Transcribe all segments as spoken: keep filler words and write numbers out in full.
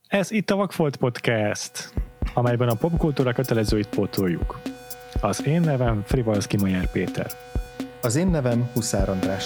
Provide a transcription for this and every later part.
Ez itt a Vakfolt Podcast, amelyben a popkultúra kötelezőit pótoljuk. Az én nevem Frivalszki Majer Péter. Az én nevem Huszár András.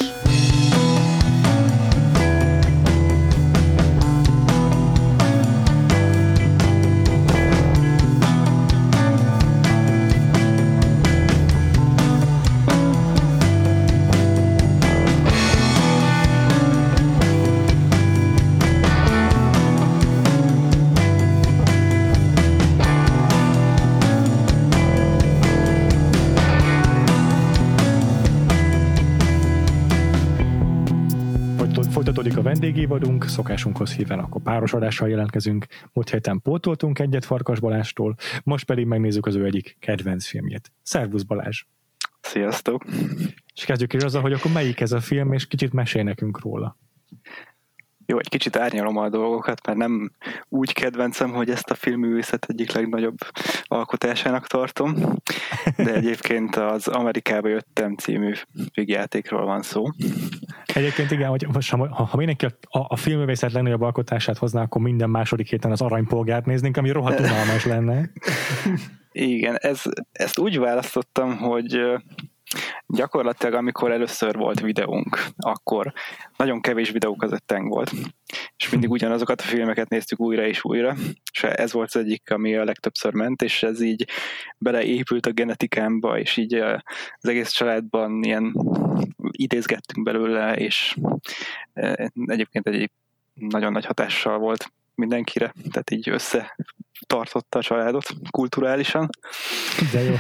Folytatódik a vendégévadunk, szokásunkhoz híven akkor páros adással jelentkezünk. Múlt héten pótoltunk egyet Farkas Balástól, most pedig megnézzük az ő egyik kedvenc filmjét. Szervusz Balázs! Sziasztok! És kezdjük is azzal, hogy akkor melyik ez a film, és kicsit mesélj nekünk róla. Jó, egy kicsit árnyalom a dolgokat, mert nem úgy kedvencem, hogy ezt a filmművészet egyik legnagyobb alkotásának tartom, de egyébként az Amerikába jöttem című vígjátékról van szó. Egyébként igen, hogy most, ha, ha mindenki a, a filmművészet legnagyobb alkotását hozná, akkor minden második héten az Aranypolgárt néznénk, ami rohadt unalmas lenne. Igen, ez, ezt úgy választottam, hogy gyakorlatilag amikor először volt videónk, akkor nagyon kevés videókazettánk volt, és mindig ugyanazokat a filmeket néztük újra és újra, és ez volt az egyik, ami a legtöbbször ment, és ez így beleépült a genetikámba, és így az egész családban ilyen idézgettünk belőle, és egyébként egy nagyon nagy hatással volt mindenkire, tehát így összetartotta a családot kulturálisan. De jó.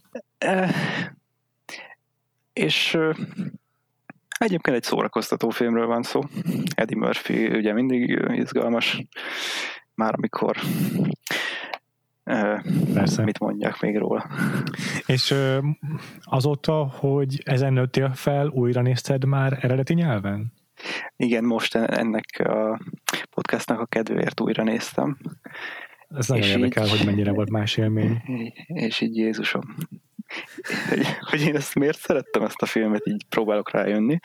És uh, egyébként egy szórakoztató filmről van szó. Eddie Murphy ugye mindig izgalmas, már amikor uh, mit mondjak még róla. És uh, azóta, hogy ezen nőttél fel, újra nézted már eredeti nyelven? Igen, most ennek a podcastnak a kedvéért újra néztem. Ez nagyon érdekel, így, hogy mennyire volt más élmény. És így Jézusom. Hogy, hogy én ezt miért szerettem, ezt a filmet, így próbálok rájönni.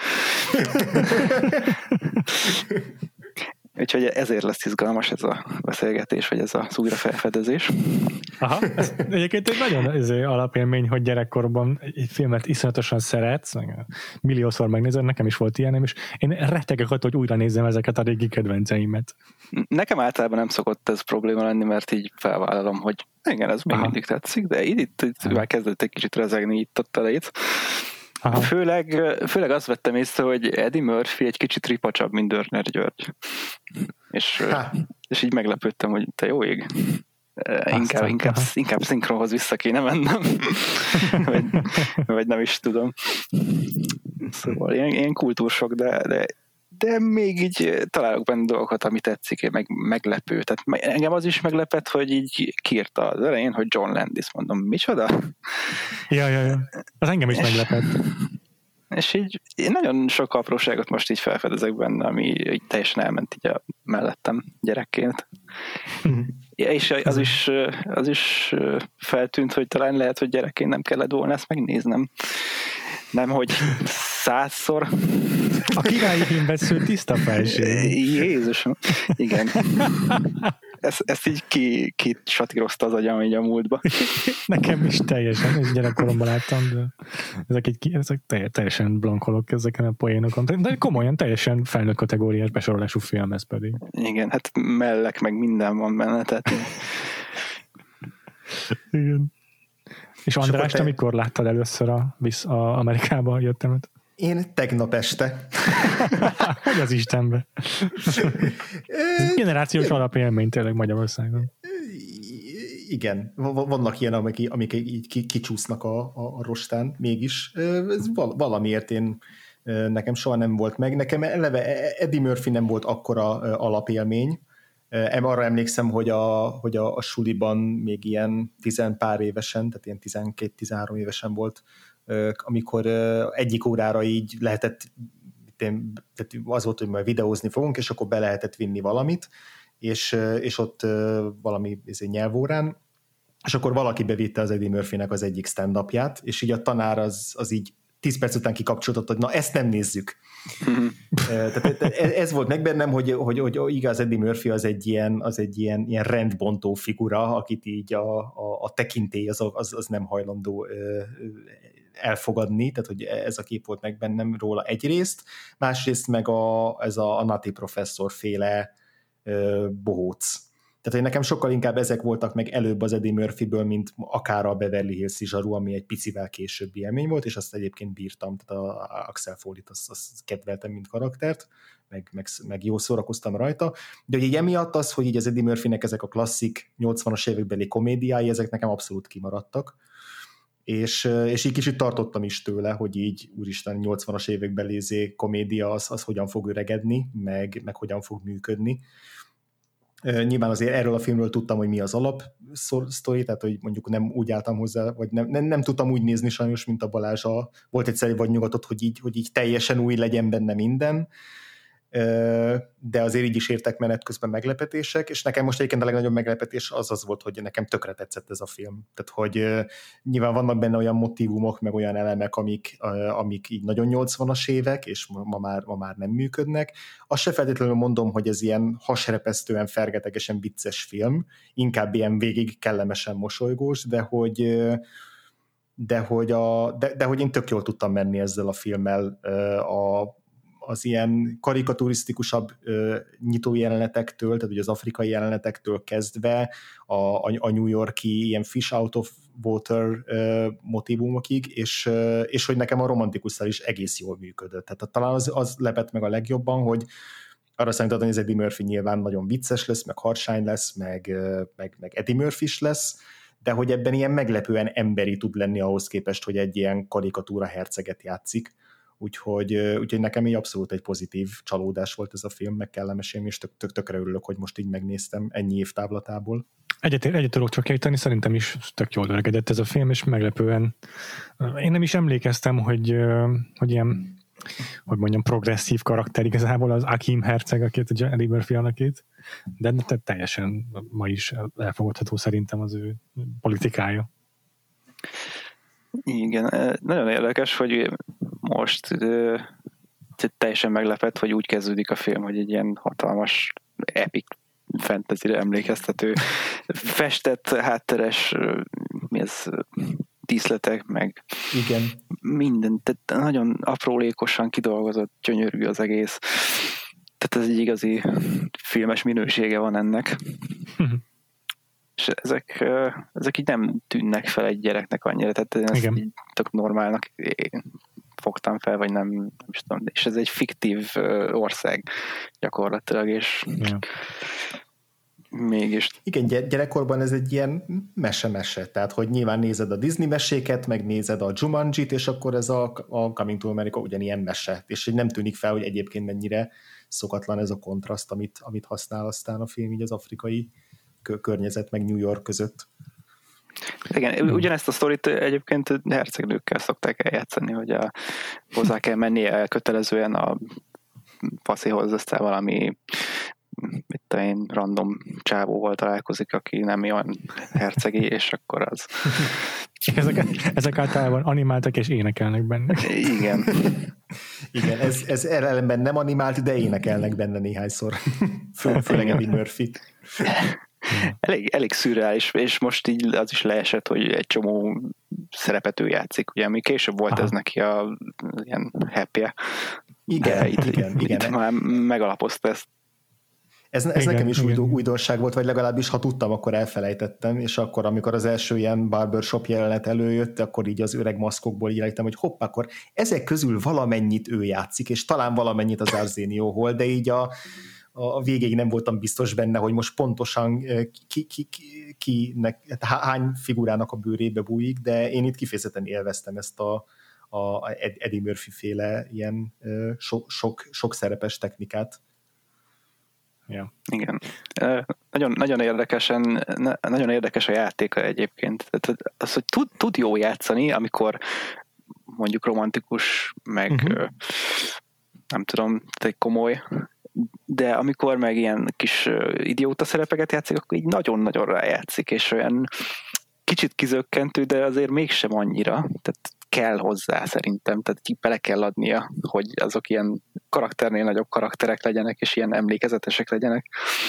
Úgyhogy ezért lesz izgalmas ez a beszélgetés, vagy ez az újra felfedezés. Aha, ez egyébként egy nagyon ez alapélmény, hogy gyerekkorban egy filmet iszonyatosan szeretsz, milliószor megnézed, nekem is volt ilyenem, és én rettegek attól, hogy újra nézzem ezeket a régi kedvenceimet. Nekem általában nem szokott ez probléma lenni, mert így felvállalom, hogy igen, ez még Aha. mindig tetszik, de itt, itt, itt már kezdett egy kicsit rezegni itt a telét. Főleg, főleg azt vettem észre, hogy Eddie Murphy egy kicsit ripacsabb, mint Dörner György. És, és így meglepődtem, hogy te jó ég. Inkább, inkább, inkább szinkronhoz vissza kéne mennem. vagy, vagy nem is tudom. Szóval ilyen, ilyen kultúrsok, de, de, de még így találok benne dolgokat, ami tetszik, meg meglepő. Tehát engem az is meglepett, hogy így kiírta az elején, hogy John Landis, mondom, micsoda? Ja, ja, ja. Az engem is meglepett. És így én nagyon sok apróságot most így felfedezek benne, ami így teljesen elment így a mellettem gyerekként. Mm. Ja, és az is, az is feltűnt, hogy talán lehet, hogy gyerekként nem kellett volna ezt megnéznem. Nem, hogy százszor. A királyi filmvesző tiszta felség. Jézusom. Igen. Ezt, ezt így ki, ki satírozta az agyam így a múltba. Nekem is teljesen, és gyerekkoromban láttam, de ezek, egy, ezek teljesen blankolok ezeken a poénokon. De komolyan teljesen felnőtt kategóriás besorolású film ez pedig. Igen, hát mellek, meg minden van benne, tehát... Igen. És András, te mikor láttad először a, a Amerikába jöttemet? Én tegnap este. Hogy az Istenbe? Generációs alapélmény tényleg Magyarországon. Igen, vannak ilyen, amik, amik így kicsúsznak a, a, a rostán mégis. Ez valamiért én, nekem soha nem volt meg. Nekem eleve Eddie Murphy nem volt akkora alapélmény. Arra emlékszem, hogy a, hogy a, a suliban még ilyen tizenpár évesen, tehát ilyen tizenkét-tizenhárom évesen volt, amikor egyik órára így lehetett, tehát az volt, hogy majd videózni fogunk, és akkor be lehetett vinni valamit, és, és ott valami nyelvórán, és akkor valaki bevitte az Eddie Murphynek az egyik stand-upját, és így a tanár az, az így tíz perc után kikapcsoltott, hogy na ezt nem nézzük. Tehát ez volt meg bennem, hogy, hogy, hogy igaz, Eddie Murphy az egy ilyen, az egy ilyen, ilyen rendbontó figura, akit így a, a, a tekintély az, az, az nem hajlandó elfogadni, tehát hogy ez a kép volt meg bennem róla egyrészt, másrészt meg a, ez a, a Nutty Professor féle bohóc. Tehát, hogy nekem sokkal inkább ezek voltak meg előbb az Eddie Murphyből, mint akár a Beverly Hills-i zsaru, ami egy picivel későbbi élmény volt, és azt egyébként bírtam, tehát a Axel Foley-t azt, azt kedveltem, mint karaktert, meg, meg, meg jó szórakoztam rajta, de hogy így emiatt az, hogy így az Eddie Murphynek ezek a klasszik nyolcvanas évekbeli komédiái, ezek nekem abszolút kimaradtak, és, és így kicsit tartottam is tőle, hogy így úristen nyolcvanas évekbeli komédia az, az hogyan fog öregedni, meg, meg hogyan fog működni. Nyilván azért erről a filmről tudtam, hogy mi az alap sztori, tehát hogy mondjuk nem úgy álltam hozzá, vagy nem, nem, nem tudtam úgy nézni sajnos, mint a Balázs a, volt egyszerű vagy nyugatott, hogy így, hogy így teljesen új legyen benne minden, de azért így is értek menet közben meglepetések, és nekem most egyébként a legnagyobb meglepetés az az volt, hogy nekem tökre tetszett ez a film. Tehát, hogy nyilván vannak benne olyan motívumok, meg olyan elemek, amik, amik így nagyon nyolcvanas évek, és ma már, ma már nem működnek. Azt se feltétlenül mondom, hogy ez ilyen hasrepesztően, fergetegesen vicces film, inkább ilyen végig kellemesen mosolygós, de hogy de hogy, a, de, de hogy én tök jól tudtam menni ezzel a filmmel a az ilyen karikaturisztikusabb ö, nyitó jelenetektől, tehát ugye az afrikai jelenetektől kezdve a, a, a New York-i ilyen fish out of water ö, motívumokig, és, ö, és hogy nekem a romantikus szál is egész jól működött. Tehát talán az, az lepett meg a legjobban, hogy arra számítottam, hogy az Eddie Murphy nyilván nagyon vicces lesz, meg harsány lesz, meg, meg, meg Eddie Murphy is lesz, de hogy ebben ilyen meglepően emberi tud lenni ahhoz képest, hogy egy ilyen karikatúra herceget játszik. Úgyhogy, úgyhogy nekem így abszolút egy pozitív csalódás volt ez a film, meg kellemes élmény, és tök, tök, tökre örülök, hogy most így megnéztem ennyi év távlatából. Egyet, egyet tudok csak ejteni, szerintem is tök jól öregedett ez a film, és meglepően. Én nem is emlékeztem, hogy, hogy ilyen, hogy mondjam, progresszív karakter igazából az Akim herceg, akit a Eddie Murphy alakít, de teljesen ma is elfogadható szerintem az ő politikája. Igen, nagyon érdekes, hogy most teljesen meglepett, hogy úgy kezdődik a film, hogy egy ilyen hatalmas epic fantasy-re emlékeztető festett hátteres mi ez, díszletek, meg igen. minden, tehát nagyon aprólékosan kidolgozott, gyönyörű az egész. Tehát ez egy igazi filmes minősége van ennek. És ezek, ezek így nem tűnnek fel egy gyereknek annyira, tehát ezt így tök normálnak fogtam fel, vagy nem, nem is tudom, és ez egy fiktív ország gyakorlatilag, és ja. Mégis. Igen, gyerekkorban ez egy ilyen mese-mese, tehát hogy nyilván nézed a Disney meséket, meg nézed a Jumanjit, és akkor ez a, a Coming to America ugyanilyen mese, és nem tűnik fel, hogy egyébként mennyire szokatlan ez a kontraszt, amit, amit használ aztán a film így az afrikai környezet meg New York között. Igen, ugyanezt a sztorit egyébként hercegnőkkel szokták eljátszani, hogy a, hozzá kell mennie kötelezően a faszihoz, aztán valami mit tudom én, random csávóval találkozik, aki nem olyan hercegi, és akkor az. Ezek, ezek általában animáltak és énekelnek benne. Igen. Igen, ez, ez ellenben nem animált, de énekelnek benne néhányszor. Fő, főleg Eddie Murphy. Elég, elég szürreális, és most így az is leesett, hogy egy csomó szerepet ő játszik, ugye, ami később volt Aha. ez neki a ilyen happy-e. Igen, itt, igen, itt igen. már megalapozta ezt. Ez, ez igen, nekem is új, újdonság volt, vagy legalábbis ha tudtam, akkor elfelejtettem, és akkor, amikor az első ilyen barbershop jelenet előjött, akkor így az öreg maszkokból írtam, hogy hopp, akkor ezek közül valamennyit ő játszik, és talán valamennyit az Arsenio Hall, de így a, a végéig nem voltam biztos benne, hogy most pontosan ki, ki, ki, ki nek, hány figurának a bőrébe bújik, de én itt kifejezetten élveztem ezt a, a Eddie Murphy féle ilyen sok, sok, sok szerepes technikát. Ja. Igen. Nagyon, nagyon, érdekesen, nagyon érdekes a játéka egyébként. Tehát az, hogy tud, tud jó játszani, amikor mondjuk romantikus, meg uh-huh. nem tudom, egy komoly, de amikor meg ilyen kis idióta szerepeket játszik, akkor így nagyon-nagyon rájátszik, és olyan kicsit kizökkentő, de azért mégsem annyira. Tehát kell hozzá szerintem, tehát így bele kell adnia, hogy azok ilyen karakternél nagyobb karakterek legyenek, és ilyen emlékezetesek legyenek.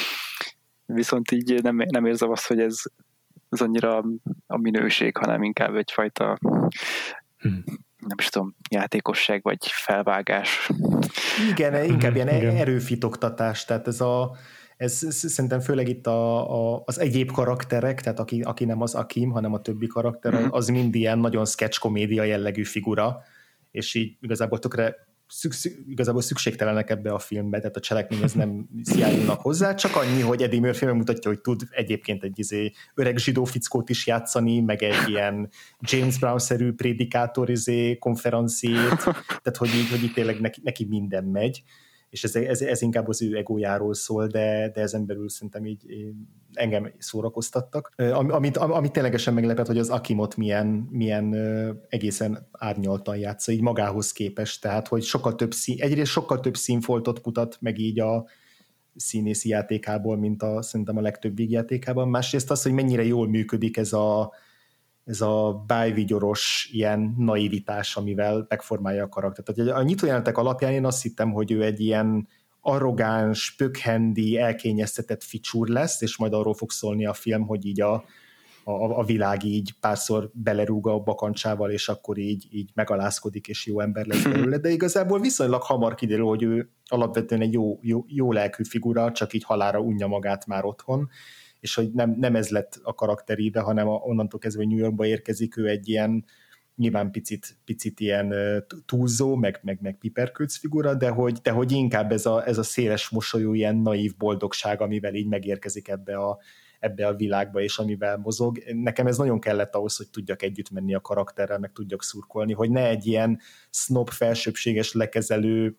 Viszont így nem, nem érzem azt, hogy ez, ez annyira a minőség, hanem inkább egyfajta hmm. nem is tudom, játékosság, vagy felvágás. Igen, inkább ilyen igen. erőfitoktatás, tehát ez a ez szerintem főleg itt a, a, az egyéb karakterek, tehát aki, aki nem az Akim, hanem a többi karakter, mm. az mind ilyen nagyon sketch komédia jellegű figura, és így igazából tökre szükség, igazából szükségtelenek ebbe a filmbe, tehát a cselekményhez nem járulnak hozzá, csak annyi, hogy Eddie Murphy megmutatja, hogy tud egyébként egy izé, öreg zsidó fickót is játszani, meg egy ilyen James Brown-szerű prédikátor izé, konferenciét, tehát hogy így, hogy így tényleg neki, neki minden megy, és ez, ez, ez inkább az ő egójáról szól, de, de ezen belül szerintem így engem szórakoztattak. Amit, amit ténylegesen meglepett, hogy az Akimot milyen, milyen egészen árnyaltan játsza, így magához képest, tehát hogy sokkal több szín, egyrészt sokkal több színfoltot mutat meg így a színészi játékából, mint a, szerintem a legtöbb vígjátékában. Másrészt az, hogy mennyire jól működik ez a ez a bájvigyoros ilyen naivitás, amivel megformálja a karaktert. Tehát a nyitójelenetek alapján én azt hittem, hogy ő egy ilyen arrogáns, pökhendi, elkényeztetett ficsúr lesz, és majd arról fog szólni a film, hogy így a, a, a világ így párszor belerúg a bakancsával, és akkor így, így megalázkodik, és jó ember lesz belőle, de igazából viszonylag hamar kiderül, hogy ő alapvetően egy jó, jó, jó lelkű figura, csak így halálra unja magát már otthon, és hogy nem, nem ez lett a karakteríve, hanem a, onnantól kezdve New Yorkba érkezik, ő egy ilyen nyilván picit, picit ilyen túlzó, meg, meg, meg piperkőc figura, de hogy, de hogy inkább ez a, ez a széles mosolyú, ilyen naív boldogság, amivel így megérkezik ebbe a, ebbe a világba, és amivel mozog. Nekem ez nagyon kellett ahhoz, hogy tudjak együtt menni a karakterrel, meg tudjak szurkolni, hogy ne egy ilyen snob, felsőbbséges, lekezelő,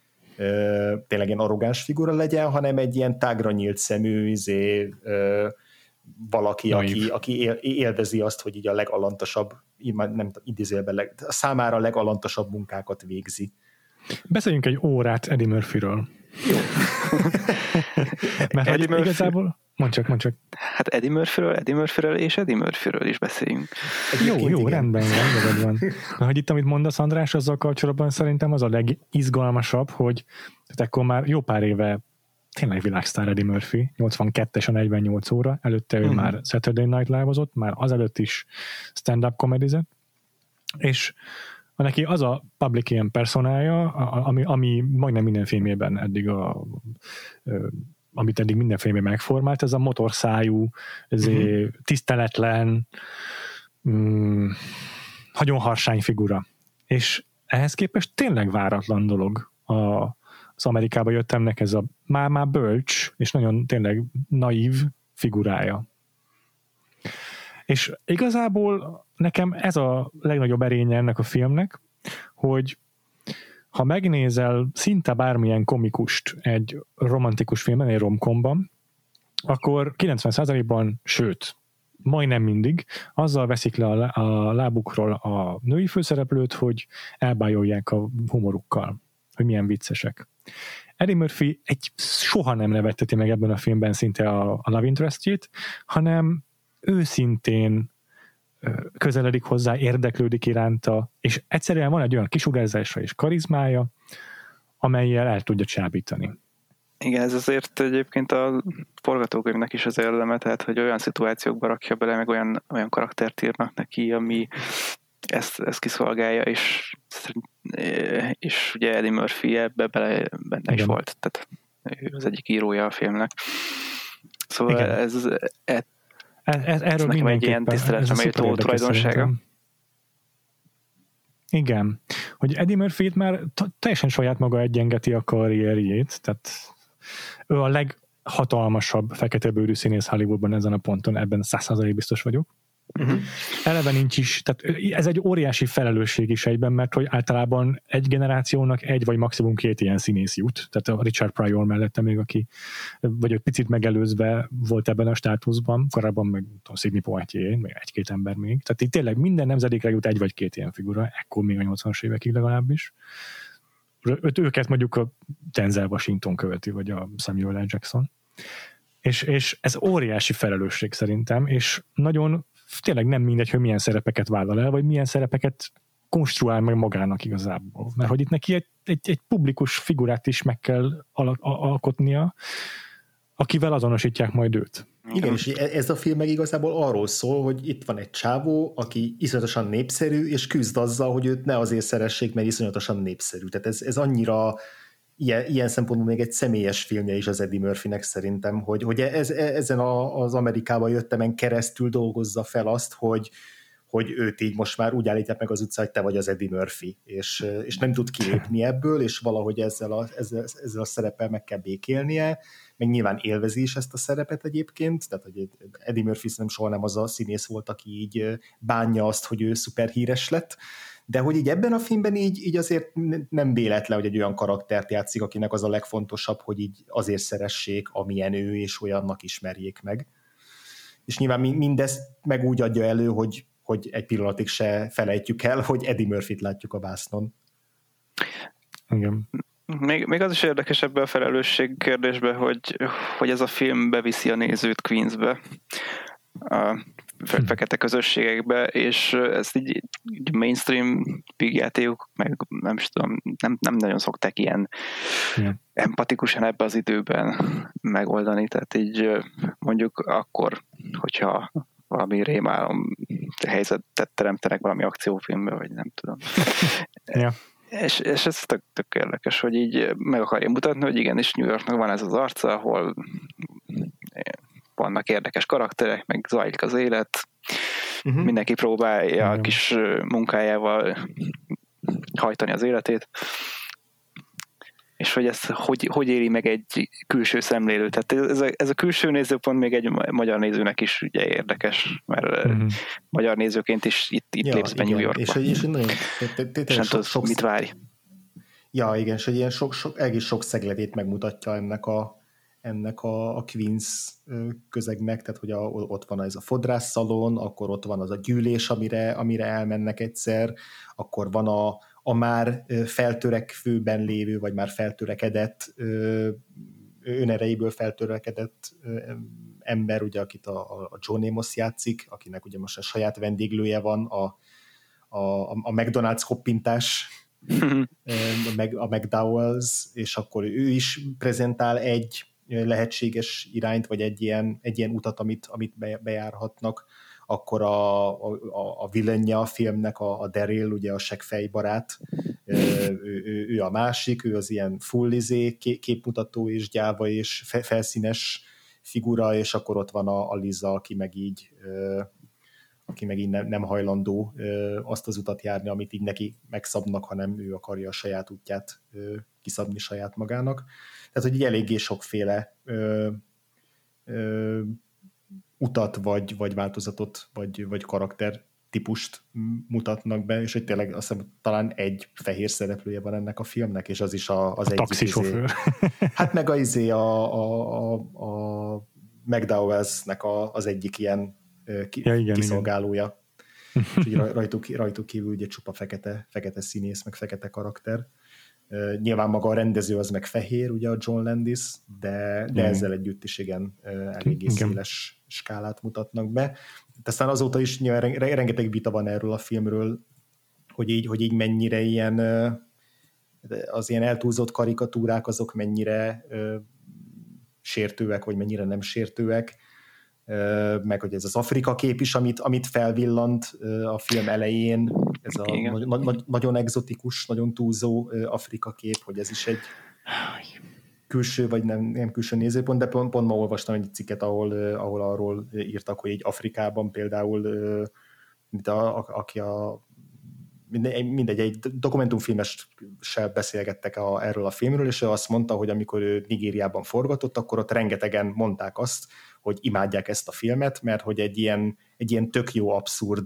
Ö, tényleg ilyen arrogáns figura legyen, hanem egy ilyen tágra nyílt szemű izé, ö, valaki, aki, aki él, élvezi azt, hogy így a legalantasabb, nem idézőjelben, leg, számára a legalantasabb munkákat végzi. Beszéljünk egy órát Eddie Murphyről. Jó. Mert Eddie Murphy... igazából... Mondd csak, mondd csak. Hát Eddie Murphyről, Eddie Murphyről és Eddie Murphyről is beszéljünk. Egyébként jó, jó, igen. rendben, rendben van. Mert hogy itt, amit mondasz, András, azzal kapcsolatban szerintem az a legizgalmasabb, hogy akkor már jó pár éve tényleg világsztár Eddie Murphy, nyolcvankettes a negyvennyolc óra, előtte ő mm. már Saturday Night Live-ozott, már azelőtt is stand-up comedy-zett, és neki az a public ilyen personája, ami, ami majdnem minden filmjében eddig a... amit eddig minden filmben megformált, ez a motorszájú, ez uh-huh. tiszteletlen, mm, nagyon harsány figura. És ehhez képest tényleg váratlan dolog a, az Amerikába jöttemnek ez a már-már bölcs, és nagyon tényleg naív figurája. És igazából nekem ez a legnagyobb erénye ennek a filmnek, hogy ha megnézel szinte bármilyen komikust egy romantikus filmben, egy romkomban, akkor kilencven százalékban, sőt, majdnem mindig, azzal veszik le a, a lábukról a női főszereplőt, hogy elbájolják a humorukkal, hogy milyen viccesek. Eddie Murphy egy soha nem nevetteti meg ebben a filmben szinte a, a love interestjét, hanem őszintén közeledik hozzá, érdeklődik iránta, és egyszerűen van egy olyan kisugárzása és karizmája, amellyel el tudja csábítani. Igen, ez azért egyébként a forgatókönyvnek is az érdeme, tehát hogy olyan szituációkba rakja bele, meg olyan, olyan karaktert írnak neki, ami ezt, ezt kiszolgálja, és, és ugye Eddie Murphy ebbe bele, benne Igen. is volt, tehát ő az egyik írója a filmnek. Szóval Igen. ez... ez Ez, erről nekem egy ilyen tiszteletre méltó tulajdonsága. Igen. Hogy Eddie Murphy-t már t- teljesen saját maga egyengeti a karrierjét, tehát ő a leghatalmasabb feketebőrű színész Hollywoodban ezen a ponton, ebben száz százalék biztos vagyok. Uh-huh. Eleve nincs is, tehát ez egy óriási felelősség is egyben, mert hogy általában egy generációnak egy vagy maximum két ilyen színész jut, tehát a Richard Pryor mellette még, aki vagy egy picit megelőzve volt ebben a státuszban, korábban meg tudom, Sidney Poitier, meg egy-két ember még, tehát itt tényleg minden nemzedékre jut egy vagy két ilyen figura, ekkor még a nyolcvanas évekig legalábbis. Öt, őket mondjuk a Denzel Washington követi, vagy a Samuel L. Jackson. És, és ez óriási felelősség szerintem, és nagyon tényleg nem mindegy, hogy milyen szerepeket vállal el, vagy milyen szerepeket konstruál meg magának igazából. Mert hogy itt neki egy, egy, egy publikus figurát is meg kell al- alkotnia, akivel azonosítják majd őt. Igen, és ez a film meg igazából arról szól, hogy itt van egy csávó, aki iszonyatosan népszerű, és küzd azzal, hogy őt ne azért szeressék, mert iszonyatosan népszerű. Tehát ez, ez annyira ilyen, ilyen szempontból még egy személyes filmje is az Eddie Murphynek szerintem, hogy, hogy ez, ezen a, az Amerikába jöttemen keresztül dolgozza fel azt, hogy, hogy őt így most már úgy állítják meg az utca, hogy te vagy az Eddie Murphy, és, és nem tud kilépni ebből, és valahogy ezzel a, ezzel, ezzel a szereppel meg kell békélnie, meg nyilván élvezi is ezt a szerepet egyébként, tehát hogy Eddie Murphy nem soha nem az a színész volt, aki így bánja azt, hogy ő szuper híres lett, de hogy így ebben a filmben így, így azért nem véletlen, hogy egy olyan karaktert játszik, akinek az a legfontosabb, hogy így azért szeressék, amilyen ő, és olyannak ismerjék meg. És nyilván mindezt meg úgy adja elő, hogy, hogy egy pillanatig se felejtjük el, hogy Eddie Murphyt látjuk a vásznon. Igen. Még, még az is érdekes ebben a felelősség kérdésben, hogy, hogy ez a film beviszi a nézőt Queensbe, a fe- fekete közösségekbe, és ezt így, így mainstream vígjátékok, meg nem is tudom, nem, nem nagyon szokták ilyen yeah. empatikusan ebbe az időben megoldani, tehát így mondjuk akkor, hogyha valami rémálom helyzetet teremtenek valami akciófilmbe, vagy nem tudom. Yeah. És, és ez tök, tök érdekes, hogy így meg akarja mutatni, hogy igenis New Yorknak van ez az arca, ahol vannak érdekes karakterek, meg zajlik az élet, uh-huh. mindenki próbálja uh-huh. a kis munkájával hajtani az életét, és hogy ezt hogy, hogy éli meg egy külső szemlélő. Tehát ez a, ez a külső nézőpont még egy magyar nézőnek is ugye érdekes, mert uh-huh. magyar nézőként is itt, itt ja, lépsz be New Yorkba. És, és, és nagyon és nem tudsz, mit várj. Ja, igen, és egy ilyen sok, sok, egész sok szegletét megmutatja ennek a, ennek a, a Queens közegnek, tehát hogy a, ott van ez a fodrászszalon, akkor ott van az a gyűlés, amire, amire elmennek egyszer, akkor van a a már feltörekvőben lévő, vagy már feltörekedett, önerejéből feltörekedett ember, ugye, akit a, a John Amos játszik, akinek ugye most a saját vendéglője van, a, a, a McDonald's hoppintás, a McDowell's, és akkor ő is prezentál egy lehetséges irányt, vagy egy ilyen, egy ilyen utat, amit, amit bejárhatnak. Akkor a, a, a villainja a filmnek, a, a Daryl, ugye a seggfej barát, ő, ő, ő a másik, ő az ilyen full izé, képmutató és gyáva és felszínes figura, és akkor ott van a, a Liza, aki meg így, aki meg így nem, nem hajlandó azt az utat járni, amit így neki megszabnak, hanem ő akarja a saját útját kiszabni saját magának. Tehát, hogy így eléggé sokféle ö, ö, utat, vagy, vagy változatot, vagy, vagy karakter típust mutatnak be, és hogy tényleg azt hiszem, talán egy fehér szereplője van ennek a filmnek, és az is a, az a egyik taxisofőr. Izé, hát meg a izé a, a, a, a McDowell's-nek a, az egyik ilyen ki, ja, igen, kiszolgálója. Igen. rajtuk, rajtuk kívül ugye csupa fekete, fekete színész, meg fekete karakter. Uh, nyilván maga a rendező az meg fehér, ugye a John Landis, de, de ezzel együtt is igen, uh, eléggé igen. széles skálát mutatnak be. De aztán azóta is nyilván rengeteg vita van erről a filmről, hogy így, hogy így mennyire ilyen uh, az ilyen eltúlzott karikatúrák azok mennyire uh, sértőek, vagy mennyire nem sértőek, uh, meg hogy ez az Afrika kép is, amit, amit felvillant uh, a film elején, ez a na- na- nagyon egzotikus, nagyon túlzó Afrika kép, hogy ez is egy külső, vagy nem, nem külső nézőpont, de pont, pont ma olvastam egy cikket, ahol, ahol arról írtak, hogy egy Afrikában például, mint a, a, aki a mindegy, mindegy egy dokumentumfilmessel beszélgettek a, erről a filmről, és ő azt mondta, hogy amikor ő Nigériában forgatott, akkor ott rengetegen mondták azt, hogy imádják ezt a filmet, mert hogy egy ilyen, egy ilyen tök jó abszurd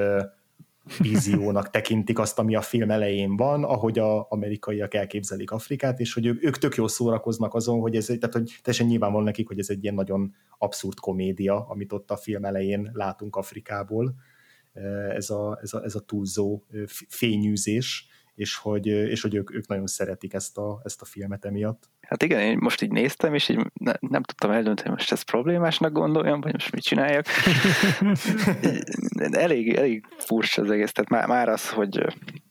víziónak tekintik azt, ami a film elején van, ahogy az amerikaiak elképzelik Afrikát, és hogy ők tök jól szórakoznak azon, hogy ez, tehát hogy teljesen nyilvánvaló nekik, hogy ez egy ilyen nagyon abszurd komédia, amit ott a film elején látunk Afrikából, ez a, ez a, ez a túlzó fényűzés, és hogy, és hogy ők, ők nagyon szeretik ezt a, ezt a filmet emiatt. Hát igen, én most így néztem, és így ne, nem tudtam eldönteni, most ezt problémásnak gondoljam, vagy most mit csináljak. elég, elég furcsa az egész, tehát már, már az, hogy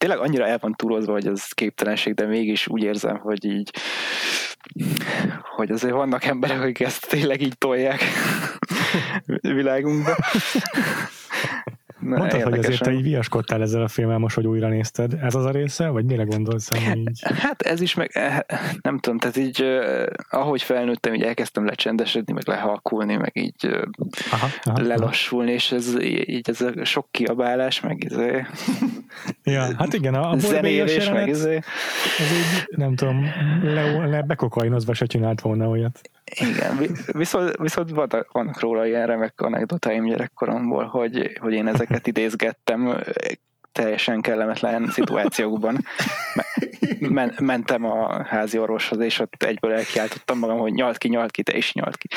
tényleg annyira el van túlozva, hogy ez képtelenség, de mégis úgy érzem, hogy így hogy azért vannak emberek, akik ezt tényleg így tolják világunkba. Mondtad, hogy azért te így viaskodtál ezzel a filmmel most, hogy újra nézted. Ez az a része? Vagy mire gondolsz? Így? Hát ez is meg, nem tudom, tehát így ahogy felnőttem, így elkezdtem lecsendesedni, meg lehalkulni, meg így aha, aha, lelassulni, aha. És ez így ez a sok kiabálás, meg izé, ja, hát igen, a, a zenélés, meg izé. Ez így, nem tudom, le, le bekokainozva se csinált volna olyat. Igen, viszont, viszont vannak, vannak róla ilyen remek anekdotáim gyerekkoromból, hogy, hogy én ezeket idézgettem teljesen kellemetlen szituációkban. Men, mentem a házi orvoshoz, és ott egyből elkiáltottam magam, hogy nyalt ki, nyalt ki, te is nyalt ki.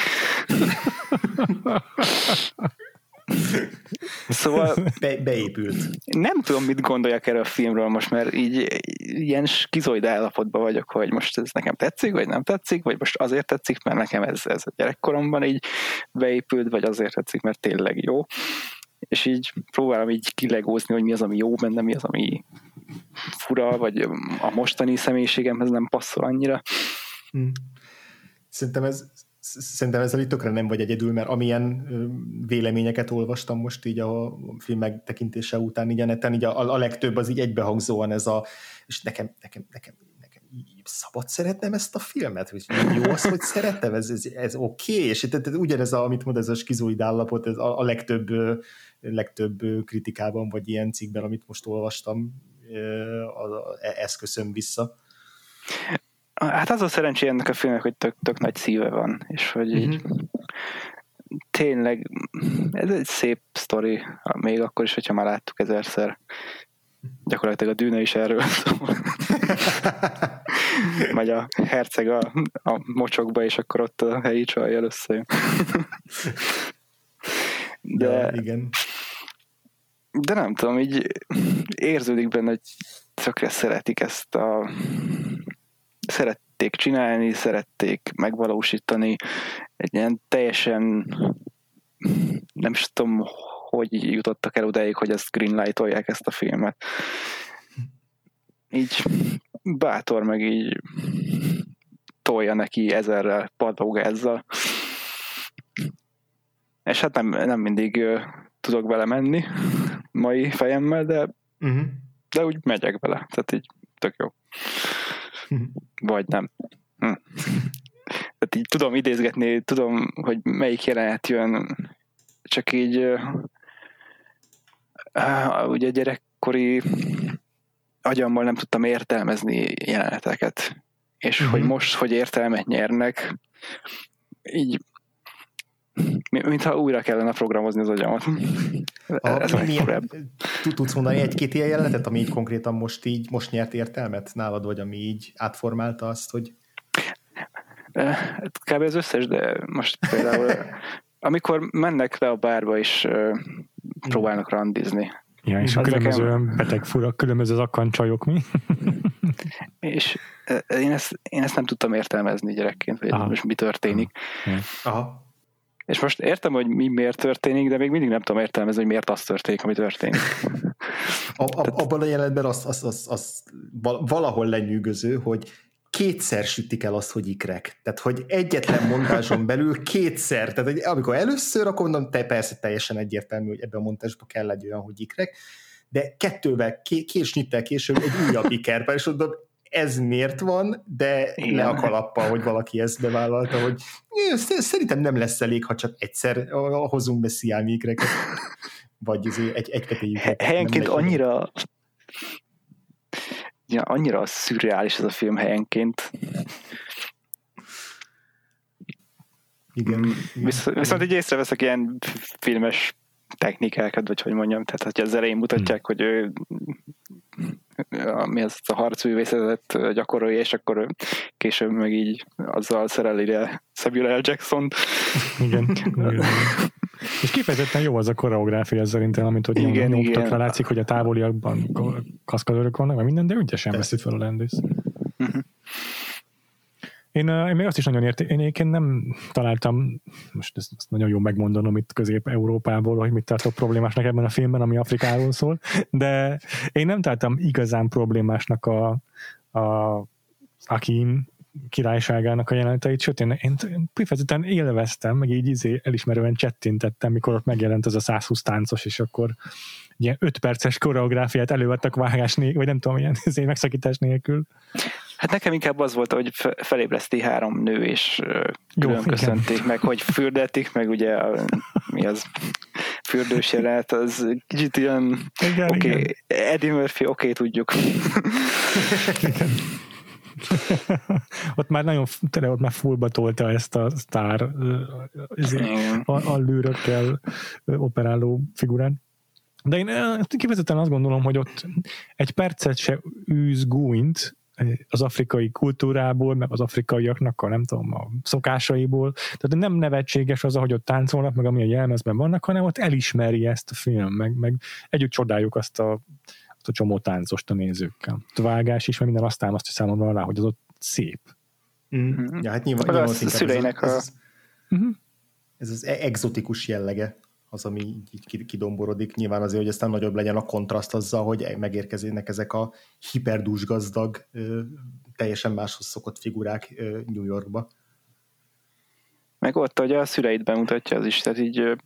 Szóval Be, beépült. Nem tudom, mit gondoljak erről a filmről most, mert így ilyen skizoid állapotban vagyok, hogy most ez nekem tetszik, vagy nem tetszik, vagy most azért tetszik, mert nekem ez, ez a gyerekkoromban így beépült, vagy azért tetszik, mert tényleg jó. És így próbálom így kilegózni, hogy mi az, ami jó benne, mi az, ami fura, vagy a mostani személyiségemhez nem passzol annyira. Hmm. Szerintem ez Szerintem ezzel itt tökre nem vagy egyedül, mert amilyen véleményeket olvastam most így a film megtekintése után így a neten, így a, a legtöbb az így egybehangzóan ez a, és nekem, nekem, nekem, nekem szabad szeretnem ezt a filmet, hogy jó az, hogy szeretem, ez, ez, ez oké, okay. És tehát ugyanez, a, amit mond, ez a skizoid állapot, ez a, a legtöbb, legtöbb kritikában, vagy ilyen cikkben, amit most olvastam, ezt köszön vissza. Hát az a szerencsé ennek a filmnek, hogy tök, tök nagy szíve van, és hogy így mm-hmm. tényleg ez egy szép sztori, még akkor is, hogyha már láttuk ezerszer. Gyakorlatilag a Dűne is erről szól. Megy a herceg a, a mocsokba, és akkor ott a helyi csajjal összejön. De, ja, igen. de nem tudom, így érződik benne, hogy tökre szeretik ezt a szerették csinálni, szerették megvalósítani egy ilyen teljesen nem is tudom, hogy jutottak el odáig, hogy ezt greenlightolják ezt a filmet. Így bátor, meg így tolja neki ezerrel padlógázzal. És hát nem, nem mindig uh, tudok vele menni mai fejemmel, de, uh-huh. de úgy megyek vele. Tehát így tök jó. Vagy nem. Hm. Tehát így tudom idézgetni, tudom, hogy melyik jelenet jön, csak így uh, ugye gyerekkori agyammal nem tudtam értelmezni jeleneteket. És uh-huh. hogy most, hogy értelmet nyernek, így mintha újra kellene programozni az agyamat. Ez milyen, tudsz mondani egy-két ilyen jelenetet, ami így konkrétan most így most nyert értelmet nálad, vagy ami így átformálta azt, hogy... Kb. Az összes, de most például amikor mennek le a bárba és próbálnak randizni. Ja, és a különböző nekem... beteg fura, különböző az akkancsajok, mi? És én ezt, én ezt nem tudtam értelmezni gyerekként, hogy Aha. most mi történik. Aha. Aha. És most értem, hogy mi miért történik, de még mindig nem tudom értelmezni, hogy miért az történik, ami történik. A, a, Tehát... Abban a jelenetben az, az, az, az valahol lenyűgöző, hogy kétszer sütik el azt, hogy ikrek. Tehát, hogy egyetlen mondáson belül kétszer. Tehát, hogy amikor először, akkor mondom, te persze teljesen egyértelmű, hogy ebben a montásban kell egy olyan, hogy ikrek, de kettővel, két, két snittel később egy újabb ikerben, és mondom, ez miért van, de Igen. le a kalappal, hogy valaki ezt bevállalta, hogy szerintem nem lesz elég, ha csak egyszer hozunk be sziámi ikreket. Vagy egy, egy petéjüket. Helyenként annyira ja, annyira szürreális ez a film helyenként. Igen. Visz, viszont így észreveszek ilyen filmes technikákat, vagy hogy mondjam, tehát hogy az elején mutatják, hmm. hogy ő mi az a harcművészetet gyakorolja, és akkor később meg így azzal szereli le Samuel L. Jackson-t. Igen. Igen. És kifejezetten jó az a koreográfia szerintem, amit hogy igen, nyomtatva látszik, hogy a távoliakban kaszkadőrök vannak, vagy minden, de ügyesen veszi fel a lendész. Uh-huh. Én, én még azt is nagyon értem, én egyébként nem találtam, most ezt, ezt nagyon jó megmondanom itt Közép-Európából, hogy mit tartok problémásnak ebben a filmben, ami Afrikáról szól, de én nem találtam igazán problémásnak a, a Akim királyságának a jeleneteit, sőt, én, én, én kifejezetten élveztem, meg így izé elismerően csettintettem, mikor ott megjelent az a száz húsz táncos, és akkor ilyen öt perces koreográfiát elővettek vágás nélkül, vagy nem tudom, ilyen izé megszakítás nélkül. Hát nekem inkább az volt, hogy felébreszti három nő, és külön köszönték meg, hogy fürdették, meg ugye a, mi az fürdős jelenet, az kicsit ilyen oké, okay, Eddie Murphy, oké, okay, tudjuk. Igen. Ott már nagyon, tényleg ott már fullba tolta ezt a sztár allőrökkel operáló figurán. De én kifejezetten azt gondolom, hogy ott egy percet se űz gúnyt az afrikai kultúrából, meg az afrikaiaknak a nem tudom, a szokásaiból. Tehát nem nevetséges az, ahogy ott táncolnak, meg ami a jelmezben vannak, hanem ott elismeri ezt a film, meg, meg együtt csodáljuk azt a, azt a csomó táncost a nézőkkel. A vágás is, meg minden azt támasztja számomra alá, hogy az ott szép. Mm. Ja, hát nyilván, nyilván a szüleinek ez, a... ez, ez az exotikus jellege az, ami így kidomborodik. Nyilván azért, hogy aztán nagyobb legyen a kontraszt azzal, hogy megérkezének ezek a hiperdúsgazdag, teljesen máshoz szokott figurák New Yorkba. Meg ott, hogy a szüleit bemutatja az is, tehát így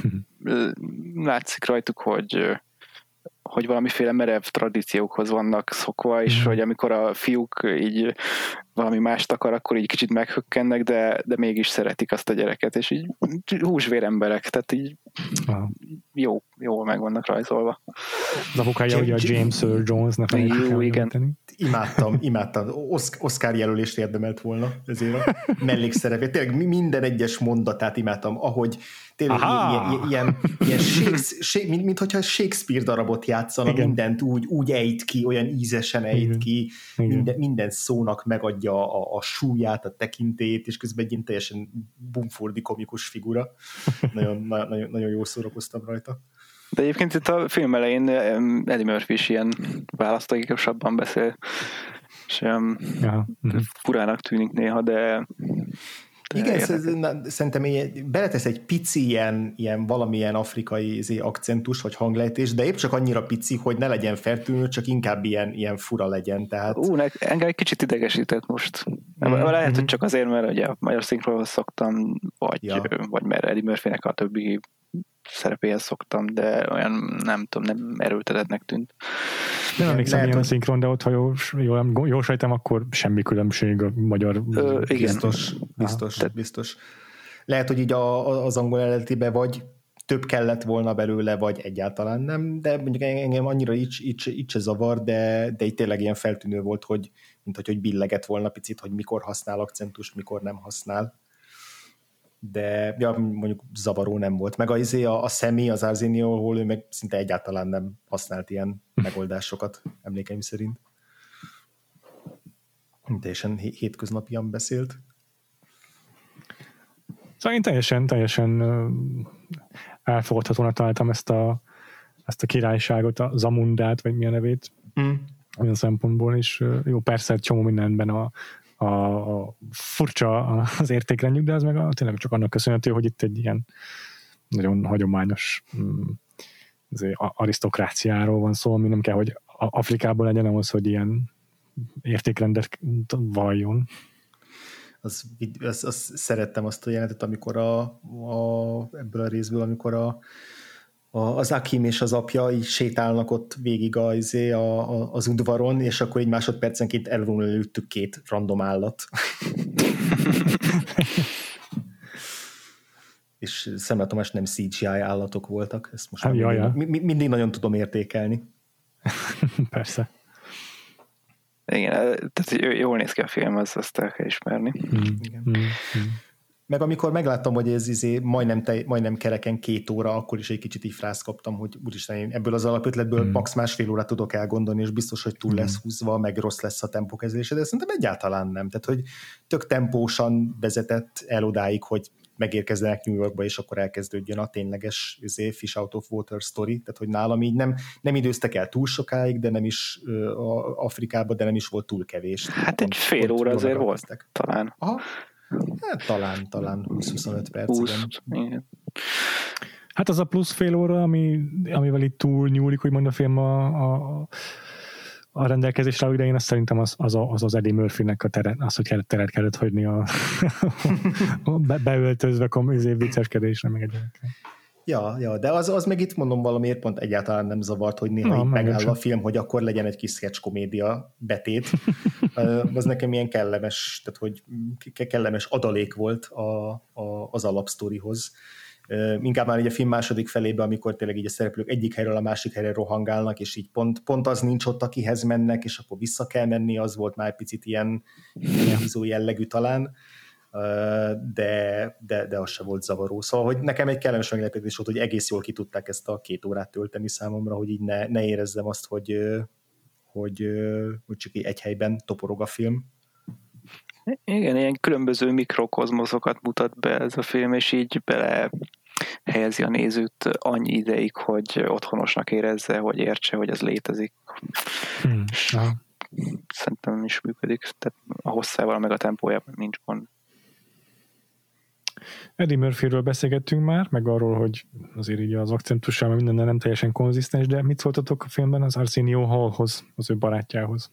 látszik rajtuk, hogy hogy valamiféle merev tradíciókhoz vannak szokva, és mm. hogy amikor a fiúk így valami mást akar, akkor így kicsit meghökkennek, de, de mégis szeretik azt a gyereket, és így húsvéremberek, tehát így ah. jó, jól meg vannak rajzolva. Az apukája ugye a James Earl Jones, ne felejtjük el igen. Imádtam, imádtam. Oscar jelölést érdemelt volna ezért a mellékszerepét. Tényleg minden egyes mondatát imádtam, ahogy tényleg ilyen, ilyen, ilyen Shakespeare, mint, mint hogyha Shakespeare darabot játszana, igen. mindent úgy, úgy ejt ki, olyan ízesen ejt igen. ki, minden, minden szónak megadja a, a súlyát, a tekintét, és közben egy ilyen teljesen bumfordi komikus figura. Nagyon, nagyon, nagyon jól szórakoztam rajta. De egyébként itt a film elején Eddie Murphy is ilyen választóikosabban beszél, és um, ja. furának tűnik néha, de igen, szerintem beletesz egy pici ilyen, ilyen valamilyen afrikai akcentus vagy hanglejtés, de épp csak annyira pici, hogy ne legyen feltűnő, csak inkább ilyen, ilyen fura legyen. Tehát... Ú, engem egy kicsit idegesített most. Mm-hmm. Lehet, hogy csak azért, mert ugye a magyar szinkronhoz szoktam, vagy, ja. vagy mert Eddie Murphynek a többi szerepéhez szoktam, de olyan nem tudom, nem erőltetetnek tűnt. Nem emlékszem ilyen a szinkron, de ott, ha jól, jól, jól sejtem, akkor semmi különbség a magyar... Ö, igen. Biztos, biztos, Aha. biztos. Lehet, hogy így a, az angol eredetiben vagy több kellett volna belőle, vagy egyáltalán nem, de mondjuk engem annyira így, így, így se zavar, de, de így tényleg ilyen feltűnő volt, hogy mint hogy, hogy billegett volna picit, hogy mikor használ akcentust, mikor nem használ. De ja, mondjuk zavaró nem volt. Meg a, a, a Sammy, az Arsenio, ahol ő meg szinte egyáltalán nem használt ilyen megoldásokat, emlékeim szerint. Teljesen hétköznapian beszélt. Szóval én teljesen, teljesen elfogadhatónak találtam ezt a, ezt a királyságot, a Zamundát, vagy mi a nevét, mm. olyan szempontból is. Jó, persze csomó mindenben a A, a furcsa az értékrendjük, de ez meg a, tényleg csak annak köszönhető, hogy itt egy ilyen nagyon hagyományos azért arisztokráciáról van szó, ami nem kell, hogy Afrikából legyen ahhoz, hogy ilyen értékrendet valljon. Az, az, az szerettem azt a jelenetet, amikor a, a, ebből a részből, amikor a az Akim és az apja így sétálnak ott végig a, a, az udvaron, és akkor egy másodpercenként elvonul előttük két random állat. És Szemre Tamás nem cé gé i állatok voltak, ezt most hát, mindig, mindig, mindig nagyon tudom értékelni. Persze. Igen, tehát jól néz ki a film, azt, azt el kell ismerni. Mm. Igen. Mm. Meg amikor megláttam, hogy ez izé majdnem, te, majdnem kereken két óra, akkor is egy kicsit így frász kaptam, hogy úristen, én ebből az alapötletből mm. max másfél órát tudok elgondolni, és biztos, hogy túl lesz húzva, meg rossz lesz a tempókezése, de szerintem egyáltalán nem. Tehát, hogy tök tempósan vezetett el odáig, hogy megérkezzenek New Yorkba, és akkor elkezdődjön a tényleges Fish Out of Water story, tehát hogy nálam így nem, nem időztek el túl sokáig, de nem is uh, Afrikába, de nem is volt túl kevés. Hát egy fél pont, óra azért volt, talán. Aha. Hát talán, talán húsz-huszonöt perc. húsz, igen. Hát az a plusz fél óra, ami, amivel itt túl nyúlik, úgymond a film a, a, a rendelkezésre álló idején, azt szerintem az az, az, az Eddie Murphy-nek a teret, az, hogy teret kellett hagyni a, a be, beöltözve komizé vicceskedésre, meg egyébként. Ja, ja, de az, az meg itt mondom valamiért pont egyáltalán nem zavart, hogy néha no, megáll sem. A film, hogy akkor legyen egy kis sketch komédia betét. Az nekem ilyen kellemes, tehát hogy kellemes adalék volt a, a, az alapsztorihoz. Inkább már így a film második felébe, amikor tényleg így a szereplők egyik helyről a másik helyre rohangálnak, és így pont, pont az nincs ott, akihez mennek, és akkor vissza kell menni, az volt már egy picit ilyen hízó jellegű talán. De, de, de az se volt zavaró. Szóval, hogy nekem egy kellemes meglepetés volt, hogy egész jól ki tudták ezt a két órát tölteni számomra, hogy így ne, ne érezzem azt, hogy, hogy, hogy csak egy helyben toporog a film. Igen, ilyen különböző mikrokozmoszokat mutat be ez a film, és így bele helyezi a nézőt annyi ideig, hogy otthonosnak érezze, hogy értse, hogy ez létezik. Hmm. Szerintem is működik. Tehát a hosszával meg a tempójában nincs gond. Eddie Murphyről beszélgettünk már, meg arról, hogy azért így az akcentussal minden nem teljesen konzisztens, de mit szóltatok a filmben az Arsenio Hallhoz, az ő barátjához?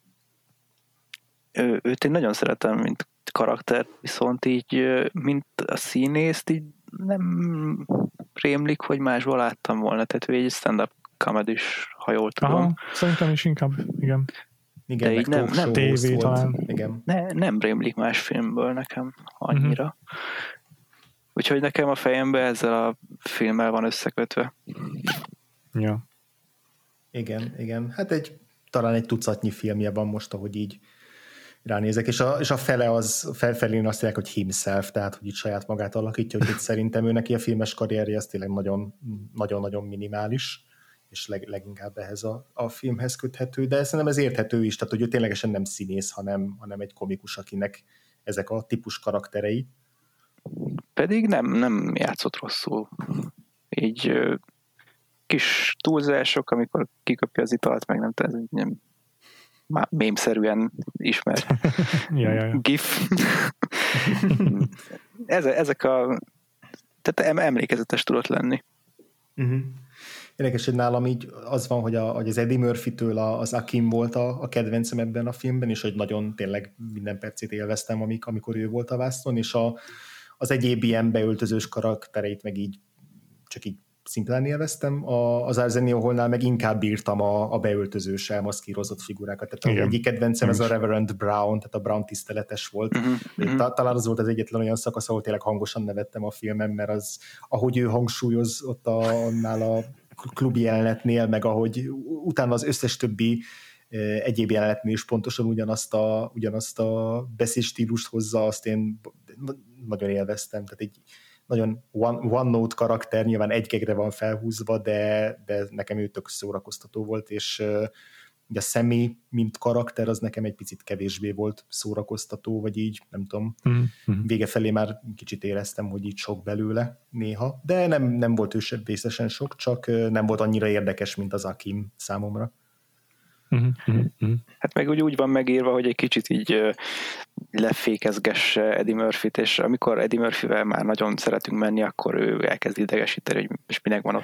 Ő, őt én nagyon szeretem, mint karakter, viszont így, mint a színészt, így nem rémlik, hogy másból láttam volna, tehát ő egy stand-up comedy-s, ha jól tudom. Aha, szerintem is inkább, igen. Igen, de így nem, nem tévé talán. Igen. Ne, nem rémlik más filmből nekem annyira. Uh-huh. Úgyhogy nekem a fejemben ezzel a filmmel van összekötve. Ja. Igen, igen. Hát egy, talán egy tucatnyi filmje van most, ahogy így ránézek, és a, és a fele az, felfelén azt mondják, hogy himself, tehát hogy itt saját magát alakítja, hogy itt szerintem ő neki a filmes karrierje az tényleg nagyon, nagyon-nagyon minimális, és leg, leginkább ehhez a, a filmhez köthető, de szerintem ez érthető is, tehát hogy ő ténylegesen nem színész, hanem, hanem egy komikus, akinek ezek a típus karakterei. Pedig nem, nem játszott rosszul. Így kis túlzások, amikor kiköpje az italt, meg nem tudom, nem mémszerűen ismert ja, ja, ja. gif. Ezek a tehát emlékezetes tudott lenni. Uh-huh. Érdekes, hogy nálam így az van, hogy, a, hogy az Eddie Murphy-től az Akim volt a, a kedvencem ebben a filmben, és hogy nagyon tényleg minden percét élveztem, amik, amikor ő volt a vásznon, és a, az egyéb ilyen beöltözős karaktereit meg így csak így szimplán élveztem. A, az Arsenio Hallnál meg inkább bírtam a, a beöltözős, elmaszkírozott figurákat. Tehát az egyik kedvencem ez a Reverend Brown, tehát a Brown tiszteletes volt. Uh-huh. Talán az volt az egyetlen olyan szakasz, ahol tényleg hangosan nevettem a filmen, mert az, ahogy ő hangsúlyoz ott a, annál a klubi jelenetnél, meg ahogy utána az összes többi egyéb jelenetnél is pontosan ugyanazt a, ugyanazt a beszédstílust hozza, azt én nagyon élveztem. Tehát egy nagyon one, one note karakter, nyilván egy gegre van felhúzva, de, de nekem ő tök szórakoztató volt, és ugye a Sammy, mint karakter, az nekem egy picit kevésbé volt szórakoztató, vagy így, nem tudom, mm-hmm. vége felé már kicsit éreztem, hogy így sok belőle néha, de nem, nem volt ő sem részesen sok, csak nem volt annyira érdekes, mint az Akim számomra. Mm-hmm. Hát meg úgy, úgy van megírva, hogy egy kicsit így lefékezgesse Eddie Murphy-t, és amikor Eddie Murphy-vel már nagyon szeretünk menni, akkor ő elkezd idegesíteni, hogy és minek van ott.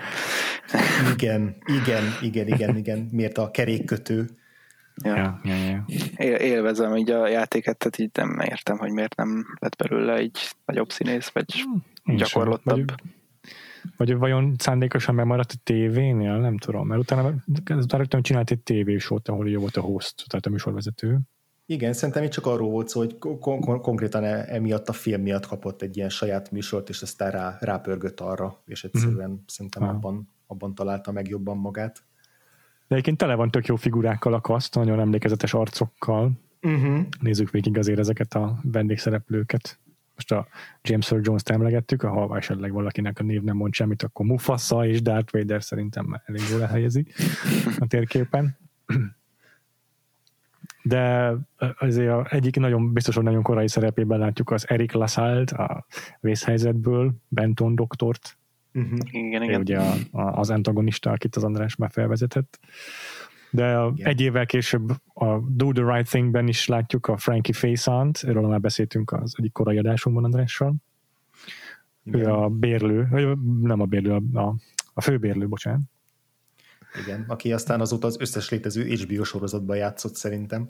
Igen, igen, igen, igen, igen. Miért a kerékkötő? Ja. Ja, ja, ja. É- élvezem így a játéket, tehát így nem értem, hogy miért nem lett belőle így nagyobb színész, vagy hmm. gyakorlottabb. Vagy, vagy vajon szándékosan megmaradt a tévénél? Nem tudom, mert utána rögtön csinált egy tévésót, ahol jó volt a host, tehát a műsorvezető. Igen, szerintem itt csak arról volt szó, hogy kon- konkrétan emiatt a film miatt kapott egy ilyen saját műsort, és aztán rá, rápörgött arra, és egyszerűen mm. szerintem abban, abban találta meg jobban magát. De egyébként tele van tök jó figurákkal a kaszt, nagyon emlékezetes arcokkal. Uh-huh. Nézzük végig azért ezeket a vendégszereplőket. Most a James Earl Jones-t emlegettük, ha esetleg valakinek a név nem mond semmit, akkor Mufasa és Darth Vader szerintem elég jól elhelyezi a térképen. de azért a egyik nagyon, biztos, hogy nagyon korai szerepében látjuk az Eric LaSalle-t, a Vészhelyzetből, Benton doktort. Uh-huh. Igen, igen. Ugye a, a, az antagonista, akit az András már felvezetett. De a, egy évvel később a Do the Right Thing-ben is látjuk a Frankie Faison-t, erről már beszéltünk az egyik korai adásunkban Andrással. Igen. Ő a bérlő, vagy nem a bérlő, a, a főbérlő, bocsánat. Igen, aki aztán azóta az összes létező há bé o sorozatban játszott szerintem.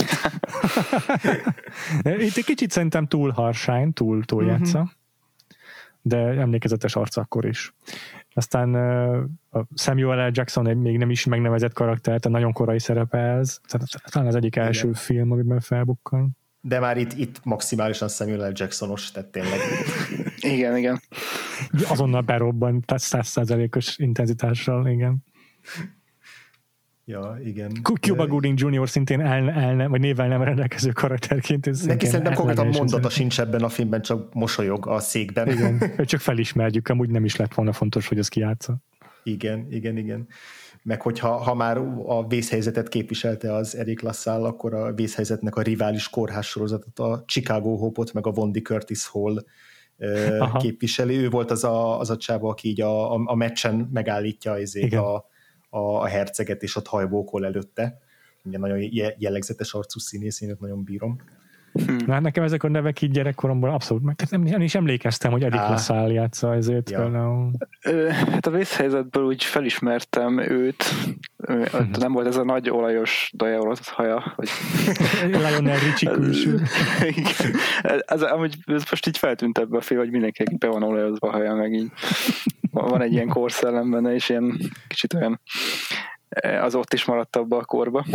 Itt egy kicsit szerintem túl harsány, túl, túl uh-huh. játsza, de emlékezetes arc akkor is. Aztán uh, Samuel L. Jackson egy még nem is megnevezett karakter, tehát nagyon korai szerepe ez. Talán az egyik első igen. film, amiben felbukkan. De már itt, itt maximálisan Samuel L. Jacksonos, tehát tényleg. Igen, igen. Azonnal berobban, tehát száz százalékos intenzitással, igen. Ja, igen. Cuba Gooding junior szintén el, el, vagy névvel nem rendelkező karakterként. Neki szerintem konkrétan mondata sincs ebben a filmben, csak mosolyog a székben. Igen, csak felismerjük, amúgy nem is lett volna fontos, hogy az kijátsza. Igen, igen, igen. Meg hogyha ha már a Vészhelyzetet képviselte az Eric LaSalle, akkor a Vészhelyzetnek a rivális kórház sorozatot, a Chicago Hope-ot, meg a Wanda Curtis Hall Aha. képviseli. Ő volt az a, az a csáva, aki így a, a, a meccsen megállítja ezért a a, a herceget, és ott hajbókol előtte. Igen, nagyon jellegzetes arcú színész, én nagyon bírom. Hmm. Na, nekem ezek a nevek így gyerekkoromban abszolút meg. Nem, nem is emlékeztem, hogy Eric LaSalle játsza ezért. Ja. Hát a Vészhelyzetből úgy felismertem őt. Hmm. Nem volt ez a nagy olajos dajaorot haja. Vagy... Lionel Richie külső. Igen. Ez, amúgy ez most így feltűnt ebbe a film, hogy mindenki be van olajozva a haja, meg így van egy ilyen korszellem benne, és ilyen kicsit olyan az ott is maradt abba a korba.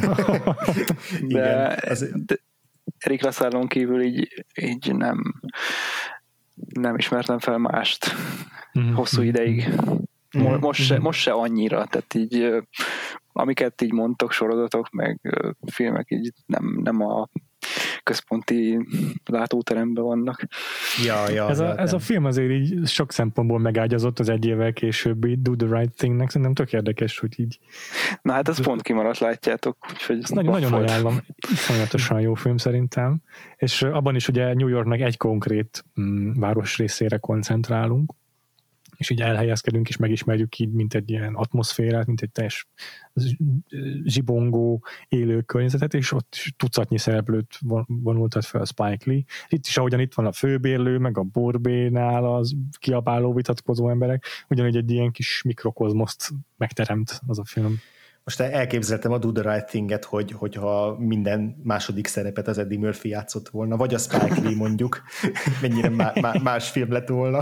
De, Igen, de Eric LaSalle-on kívül így, így nem, nem ismertem fel mást mm-hmm. hosszú ideig. Mo- most, se, most se annyira, tehát így amiket így mondtok, sorozatok, meg filmek így nem, nem a központi látóteremben vannak. Ja, ja, ez, a, ez a film azért így sok szempontból megágyazott az egy évvel későbbi Do the Right Thing-nek, szerintem tök érdekes, hogy így... Na hát ez pont kimaradt, látjátok. Úgyhogy ezt nagyon, nagyon ajánlom. Iszonyatosan jó film szerintem. És abban is ugye New Yorknak egy konkrét mm, városrészére koncentrálunk, és így elhelyezkedünk, és megismerjük így, mint egy ilyen atmoszférát, mint egy teljes zsibongó élő környezetet, és ott tucatnyi szereplőt vonultat fel Spike Lee. Itt is, ahogyan itt van a főbérlő, meg a borbénál az kiabáló, vitatkozó emberek, ugyanúgy egy ilyen kis mikrokozmoszt megteremt az a film. Most elképzeltem a Do the Right Thing-et, hogy, hogyha minden második szerepet az Eddie Murphy játszott volna, vagy a Spike Lee mondjuk, mennyire má- má- más film lett volna.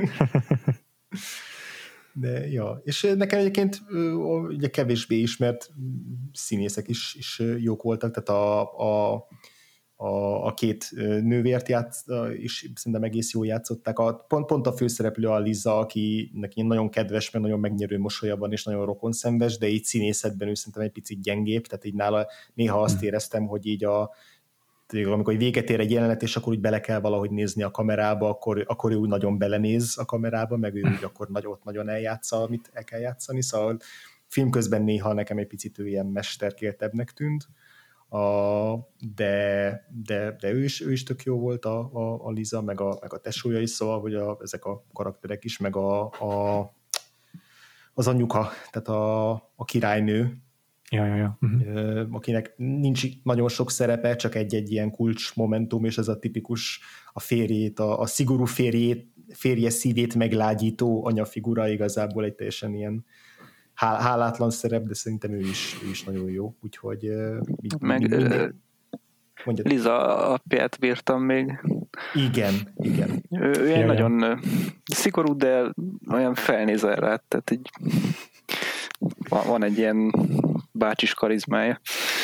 De ja, és nekem egyébként ugye kevésbé ismert színészek is, is jók voltak, tehát a, a, a, a két nővért játsz, is szerintem egész jól játszották. A, pont, pont a főszereplő a Liza, akinek nagyon kedves, mert nagyon megnyerő mosolya van, és nagyon rokonszenves, de így színészetben ő szerintem egy picit gyengébb, tehát így nála néha azt éreztem, hogy így a amikor véget ér egy jelenet, és akkor úgy bele kell valahogy nézni a kamerába, akkor, akkor ő úgy nagyon belenéz a kamerába, meg ő úgy akkor nagy, ott nagyon eljátsza, amit el kell játszani, szóval film közben néha nekem egy picit ő ilyen mesterkéltebbnek tűnt, a, de, de, de ő, is, ő is tök jó volt a, a, a Liza, meg a, meg a tesója is, szóval hogy a, ezek a karakterek is, meg a, a, az anyuka, tehát a, a királynő, Ja, ja, ja. Uh-huh. akinek nincs nagyon sok szerepe, csak egy-egy ilyen kulcs momentum, és ez a tipikus a férjét, a, a szigorú férjét, férje szívét meglágyító anyafigura, igazából egy teljesen ilyen hál, hálátlan szerep, de szerintem ő is, ő is nagyon jó, úgyhogy így, meg mindig, Liza apját bírtam még. Igen, igen. Ő, ő ilyen nagyon szigorú, de olyan felnéz rá, tehát így van, van egy ilyen bácsis karizmája.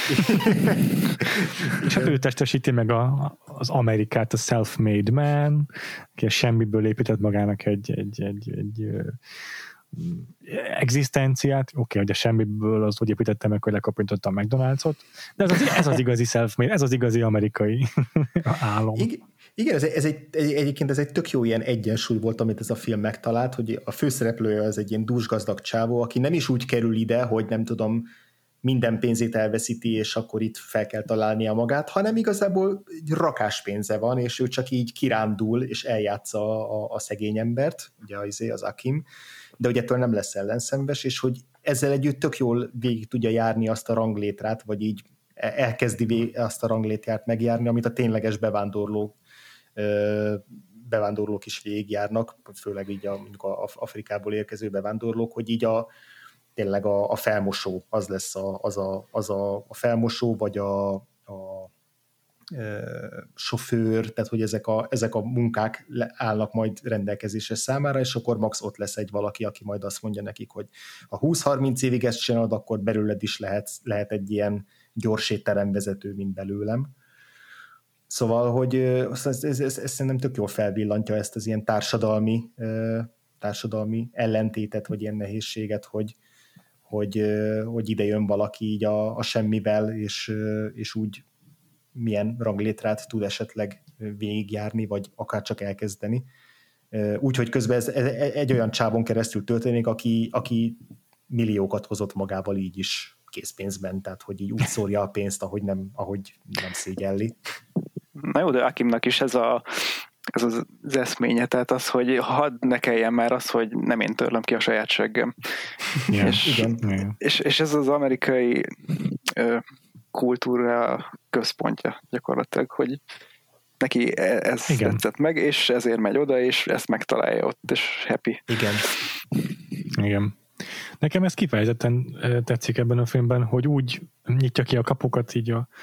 És hát ő testesíti meg a, az Amerikát, a self-made man, aki a semmiből épített magának egy, egy, egy, egy egzisztenciát. Oké, okay, hogy a semmiből az úgy építette meg, hogy lekapintotta a McDonald's-ot, de ez az, ez az igazi self-made, ez az igazi amerikai álom. Igen, igen ez, ez egy, egy, egyébként ez egy tök jó ilyen egyensúly volt, amit ez a film megtalált, hogy a főszereplője az egy ilyen dúsgazdag csávó, aki nem is úgy kerül ide, hogy nem tudom, minden pénzét elveszíti, és akkor itt fel kell találnia magát, hanem igazából egy rakás pénze van, és ő csak így kirándul, és eljátsza a, a szegény embert, ugye az Akim, de ugye ettől nem lesz ellenszenves, és hogy ezzel együtt tök jól végig tudja járni azt a ranglétrát, vagy így elkezdi azt a ranglétrát megjárni, amit a tényleges bevándorlók bevándorlók is végigjárnak, főleg így a, mondjuk a Afrikából érkező bevándorlók, hogy így a, tényleg a, a felmosó, az lesz a, az, a, az a, a felmosó, vagy a, a e, sofőr, tehát hogy ezek a, ezek a munkák állnak majd rendelkezésre számára, és akkor max ott lesz egy valaki, aki majd azt mondja nekik, hogy ha húsz-harminc évig ezt csinálod, akkor belőled is lehet, lehet egy ilyen gyors étteremvezető, mint belőlem. Szóval, hogy ez, ez, ez, ez szerintem tök jól felvillantja ezt az ilyen társadalmi, társadalmi ellentétet, vagy ilyen nehézséget, hogy, hogy, hogy ide jön valaki így a, a semmivel, és, és úgy milyen ranglétrát tud esetleg végigjárni, vagy akár csak elkezdeni. Úgyhogy közben ez egy olyan csávon keresztül történik, aki, aki milliókat hozott magával így is készpénzben, tehát hogy így úgy szórja a pénzt, ahogy nem, ahogy nem szégyelli. Na jó, de Akimnak is ez, a, ez az eszménye, tehát az, hogy hadd ne kelljen már az, hogy nem én törlöm ki a saját seggem. Yeah, és, igen. És, és ez az amerikai ö, kultúra központja gyakorlatilag, hogy neki ez igen. tetszett meg, és ezért megy oda, és ezt megtalálja ott, és happy. Igen. Igen. Nekem ez kifejezetten tetszik ebben a filmben, hogy úgy nyitja ki a kapukat így a,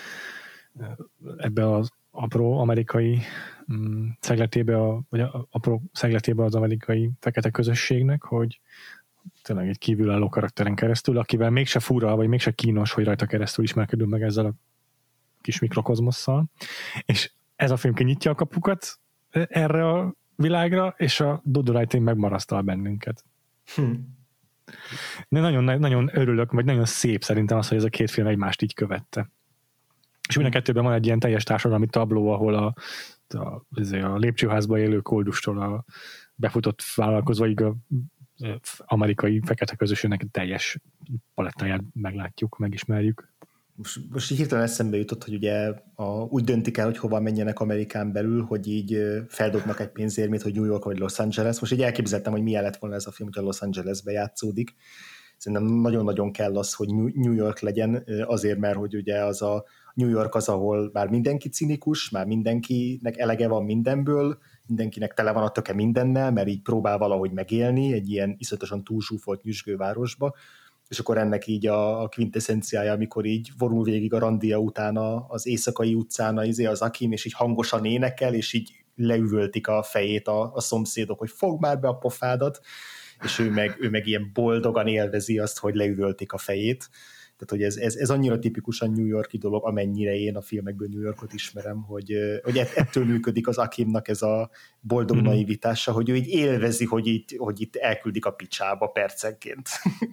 ebbe az apró amerikai mm, szegletébe, a, vagy a, apró szegletébe az amerikai fekete közösségnek, hogy tényleg egy kívülálló karakteren keresztül, akivel mégse fura, vagy mégse kínos, hogy rajta keresztül ismerkedünk meg ezzel a kis mikrokozmosszal. És ez a film kinyitja a kapukat erre a világra, és a Dodo Writing megmarasztal bennünket. Hm. De nagyon, nagyon örülök, vagy nagyon szép szerintem az, hogy ez a két film egymást így követte. És mind a kettőben van egy ilyen teljes társadalmi tabló, ahol a, a, a lépcsőházban élő koldustól a befutott vállalkozóig a amerikai fekete közösségnek teljes palettáját meglátjuk, megismerjük. Most, most így hirtelen eszembe jutott, hogy ugye a, úgy döntik el, hogy hova menjenek Amerikán belül, hogy így feldobnak egy pénzérmét, hogy New York vagy Los Angeles. Most így elképzeltem, hogy milyen lett volna ez a film, hogy a Los Angelesbe játszódik. Szerintem nagyon-nagyon kell az, hogy New York legyen, azért, mert hogy ugye az a New York az, ahol már mindenki cinikus, már mindenkinek elege van mindenből, mindenkinek tele van a töke mindennel, mert így próbál valahogy megélni egy ilyen iszonyatosan túlzsúfolt nyüzsgő városba, és akkor ennek így a, a quintessenciája, amikor így vonul végig a randia utána az éjszakai utcán az, az Akim, és így hangosan énekel, és így leüvöltik a fejét a, a szomszédok, hogy fogd már be a pofádat, és ő meg, ő meg ilyen boldogan élvezi azt, hogy leüvöltik a fejét. Tehát, hogy ez, ez, ez annyira tipikusan New York-i dolog, amennyire én a filmekből New Yorkot ismerem, hogy, hogy ettől működik az Akimnak ez a boldog mm. naivitása, hogy ő így élvezi, hogy itt, hogy itt elküldik a picsába percenként.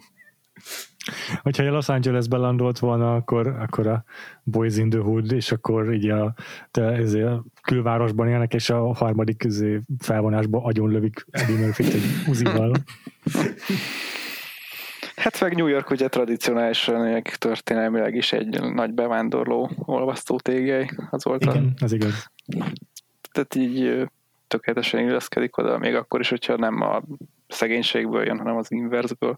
Hogyha a Los Angelesben landolt volna, akkor, akkor a Boys in the Hood, és akkor így a, de a külvárosban élnek, és a harmadik felvonásban agyonlövik Eddie Murphyt egy uzival. Hát meg New York ugye tradicionálisan történelmileg is egy nagy bevándorló olvasztó tégely az volt. Igen, ez igaz. Tehát így tökéletesen illeszkedik oda, még akkor is, hogyha nem a szegénységből jön, hanem az inverzből.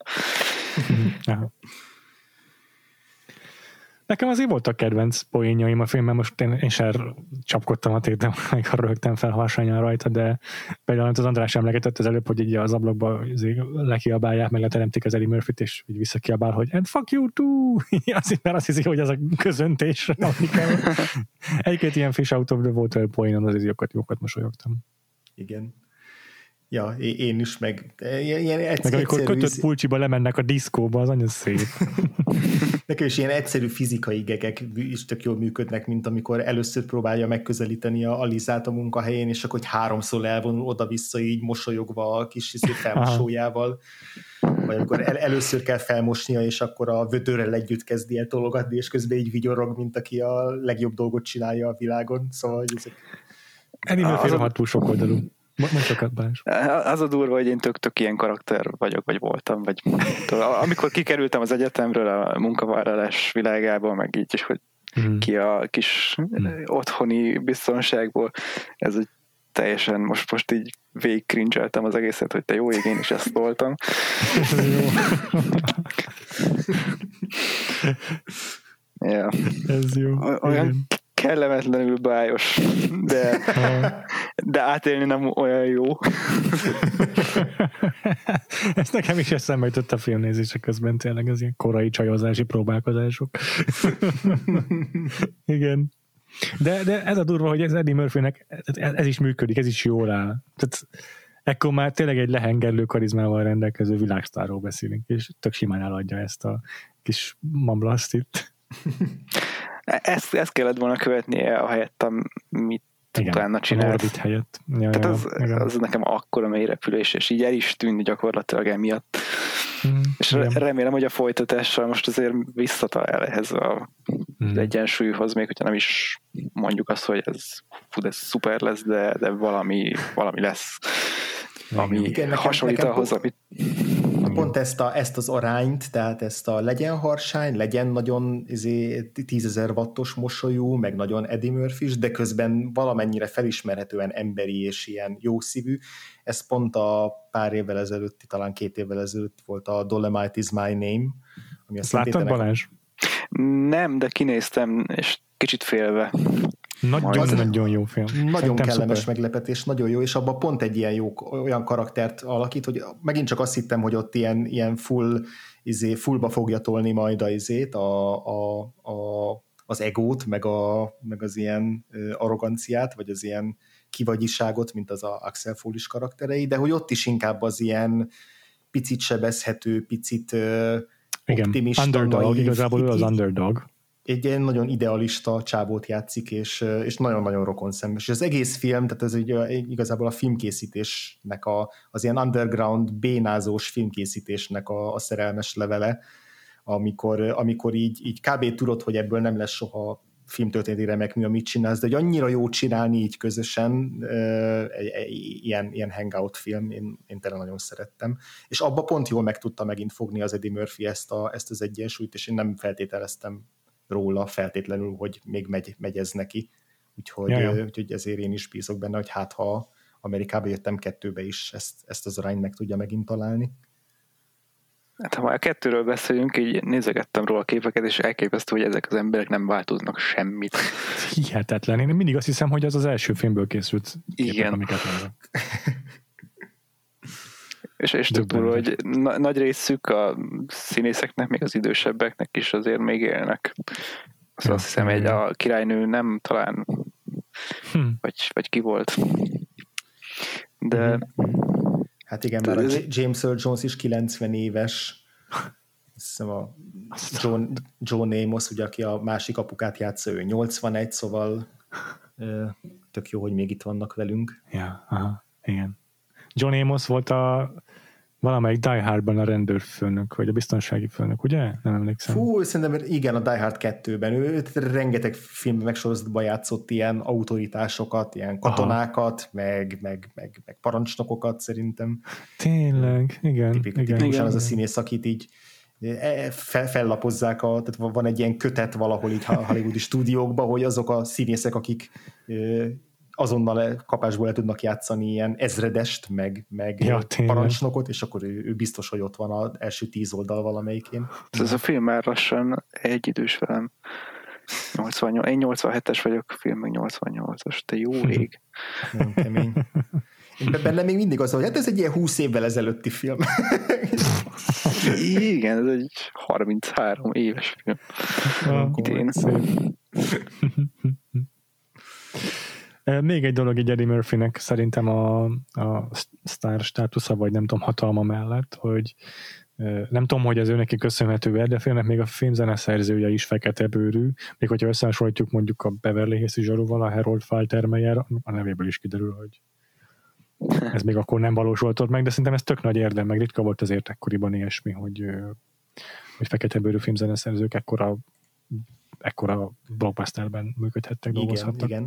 Nekem azért voltak kedvenc poénjaim a filmben, most én, én sem csapkodtam a tétem, amikor rögtem fel harsányan rajta, de például az András emlegetett az előbb, hogy így az ablakba lekiabálják, meg leteremtik az Eddie Murphyt, és így visszakiabál, hogy and fuck you too! Azért, mert azt hiszi, hogy ez a közöntés. Egy-két ilyen fish out of the water poénon azért jókat, jókat mosolyogtam. Igen. Ja, én is, meg ilyen egyszerű... Meg amikor kötött pulcsiba lemennek a diszkóba, az nagyon szép. Nekem is ilyen egyszerű fizikai gegek is tök jól működnek, mint amikor először próbálja megközelíteni a Alizát a munkahelyén, és akkor hogy háromszor elvonul oda-vissza így mosolyogva a kis felmosójával. Vagy amikor el, először kell felmosnia, és akkor a vödörrel együtt kezdi el tologatni, és közben így vigyorog, mint aki a legjobb dolgot csinálja a világon. Szóval, hogy ezek... Eddie Murphy rohadtul sokoldalú. Mondj sokat, Balázs. Az a durva, hogy én tök-tök ilyen karakter vagyok, vagy voltam, vagy amikor kikerültem az egyetemről a munkavállalás világába, meg így is, hogy mm. ki a kis mm. otthoni biztonságból, ez egy teljesen most, most így végig cringe-eltem az egészet, hogy te jó ég, én is ezt voltam. Ja. Ez jó. Olyan igen. Kellemetlenül bájos, de, de átélni nem olyan jó. Ezt nekem is eszembe jutott a filmnézése közben, tényleg az ilyen korai csajozási próbálkozások. Igen. De, de ez a durva, hogy ez Eddie Murphynek ez, ez is működik, ez is jól áll. Tehát ekkor már tényleg egy lehengerlő karizmával rendelkező világsztárról beszélünk, és tök simán eladja ezt a kis mamblaszt itt. Ezt, ezt kellett volna követnie a helyett, amit igen, utána csinált. Igen, helyett. Ja, Tehát az, az nekem akkora mély repülés, és így el is tűnni gyakorlatilag emiatt. Mm, és igen. remélem, hogy a folytatással most azért visszatalál ehhez a, mm. az egyensúlyhoz, még hogyha nem is mondjuk azt, hogy ez, fú, ez szuper lesz, de, de valami, valami lesz, ami igen, hasonlít nekem, ahhoz, amit... Pont ezt, a, ezt az arányt, tehát ezt a legyen harsány, legyen nagyon tízezer wattos mosolyú, meg nagyon Eddie Murphy-s, de közben valamennyire felismerhetően emberi és ilyen jó szívű. Ez pont a pár évvel ezelőtti, talán két évvel ezelőtt volt a Dolomite is my name. Ami azt láttad, Balázs? Nem, de kinéztem, és kicsit félve. Nagyon-nagyon jó film. Nagyon Szerintem kellemes szuper. Meglepetés, nagyon jó, és abban pont egy ilyen jó, olyan karaktert alakít, hogy megint csak azt hittem, hogy ott ilyen, ilyen full, izé, fullba fogja tolni majd a izét, a, a, a, az egót, meg, a, meg az ilyen arroganciát, vagy az ilyen kivagyiságot, mint az a Axel Foley-s karakterei, de hogy ott is inkább az ilyen picit sebezhető, picit igen, optimista. Underdog, naív, igazából ő az underdog. Egy ilyen nagyon idealista csábót játszik, és, és nagyon-nagyon rokonszenves. És az egész film, tehát ez egy, igazából a filmkészítésnek, a, az ilyen underground, bénázós filmkészítésnek a, a szerelmes levele, amikor, amikor így, így kb. Tudod, hogy ebből nem lesz soha filmtörténeti remek mű, amit csinálsz, de hogy annyira jó csinálni így közösen, uh, egy, egy, ilyen, ilyen hangout film, én, én tényleg nagyon szerettem. És abba pont jól meg tudta megint fogni az Eddie Murphy ezt, a, ezt az egyensúlyt, és én nem feltételeztem róla feltétlenül, hogy még megy, megy ez neki. Úgyhogy, ja, ja. úgyhogy ezért én is bízok benne, hogy hát ha Amerikába jöttem kettőbe is, ezt, ezt az arányt meg tudja megint találni. Hát ha már a kettőről beszélünk, így nézegettem róla a képeket, és elképesztő, hogy ezek az emberek nem változnak semmit. Hihetetlen. Én mindig azt hiszem, hogy az az első filmből készült képek, igen. Amiket nézek. És, és tudod, hogy na, nagy részük a színészeknek, még az idősebbeknek is azért még élnek. Azt, ja, azt hiszem, hogy a királynő nem talán, hm. vagy, vagy ki volt. De... Hát igen, már a James Earl Jones is kilencven éves. Azt hiszem a John, John Amos, ugye, aki a másik apukát játsza, ő nyolcvanegy, szóval tök jó, hogy még itt vannak velünk. Ja, aha, igen. John Amos volt a valamelyik Die Hardban a rendőrfőnök, vagy a biztonsági főnök, ugye? Nem emlékszem. Fú, szerintem igen, a Die Hard kettőben. Ő rengeteg filmben meg sorozatban játszott ilyen autoritásokat, ilyen katonákat, meg, meg, meg, meg parancsnokokat szerintem. Tényleg, igen. Tipik, igen, tipikusan igen. Az a színész, akit így fel, fellapozzák, a, tehát van egy ilyen kötet valahol így hollywoodi stúdiókban, hogy azok a színészek, akik azonnal kapásból el tudnak játszani ilyen ezredest, meg, meg ja, parancsnokot, és akkor ő, ő biztos, hogy ott van az első tíz oldal valamelyikén. Ez a film már lassan egy idős velem. nyolcvannyolc, én nyolcvanhetes vagyok, a film meg nyolcvannyolcas, te jó ég. Nagyon kemény. Benne még mindig az, hogy hát ez egy ilyen húsz évvel ezelőtti film. Igen, ez egy harminchárom éves film. Ah, idén. Még egy dolog így Eddie Murphynek szerintem a, a sztár státusza, vagy nem tudom, hatalma mellett, hogy nem tudom, hogy ez ő neki köszönhető, de a filmnek még a filmzene szerzője is fekete bőrű, még hogyha összehasonlítjuk mondjuk a Beverly Hills-i Zsaruval, a Harold Faltermeyer, a nevéből is kiderül, hogy ez még akkor nem valósult ott meg, de szerintem ez tök nagy érdem, meg ritka volt azért ekkoriban ilyesmi, hogy, hogy fekete bőrű filmzeneszerzők ekkora, ekkora blockbusterben működhettek, dolgozhattak. Igen, igen.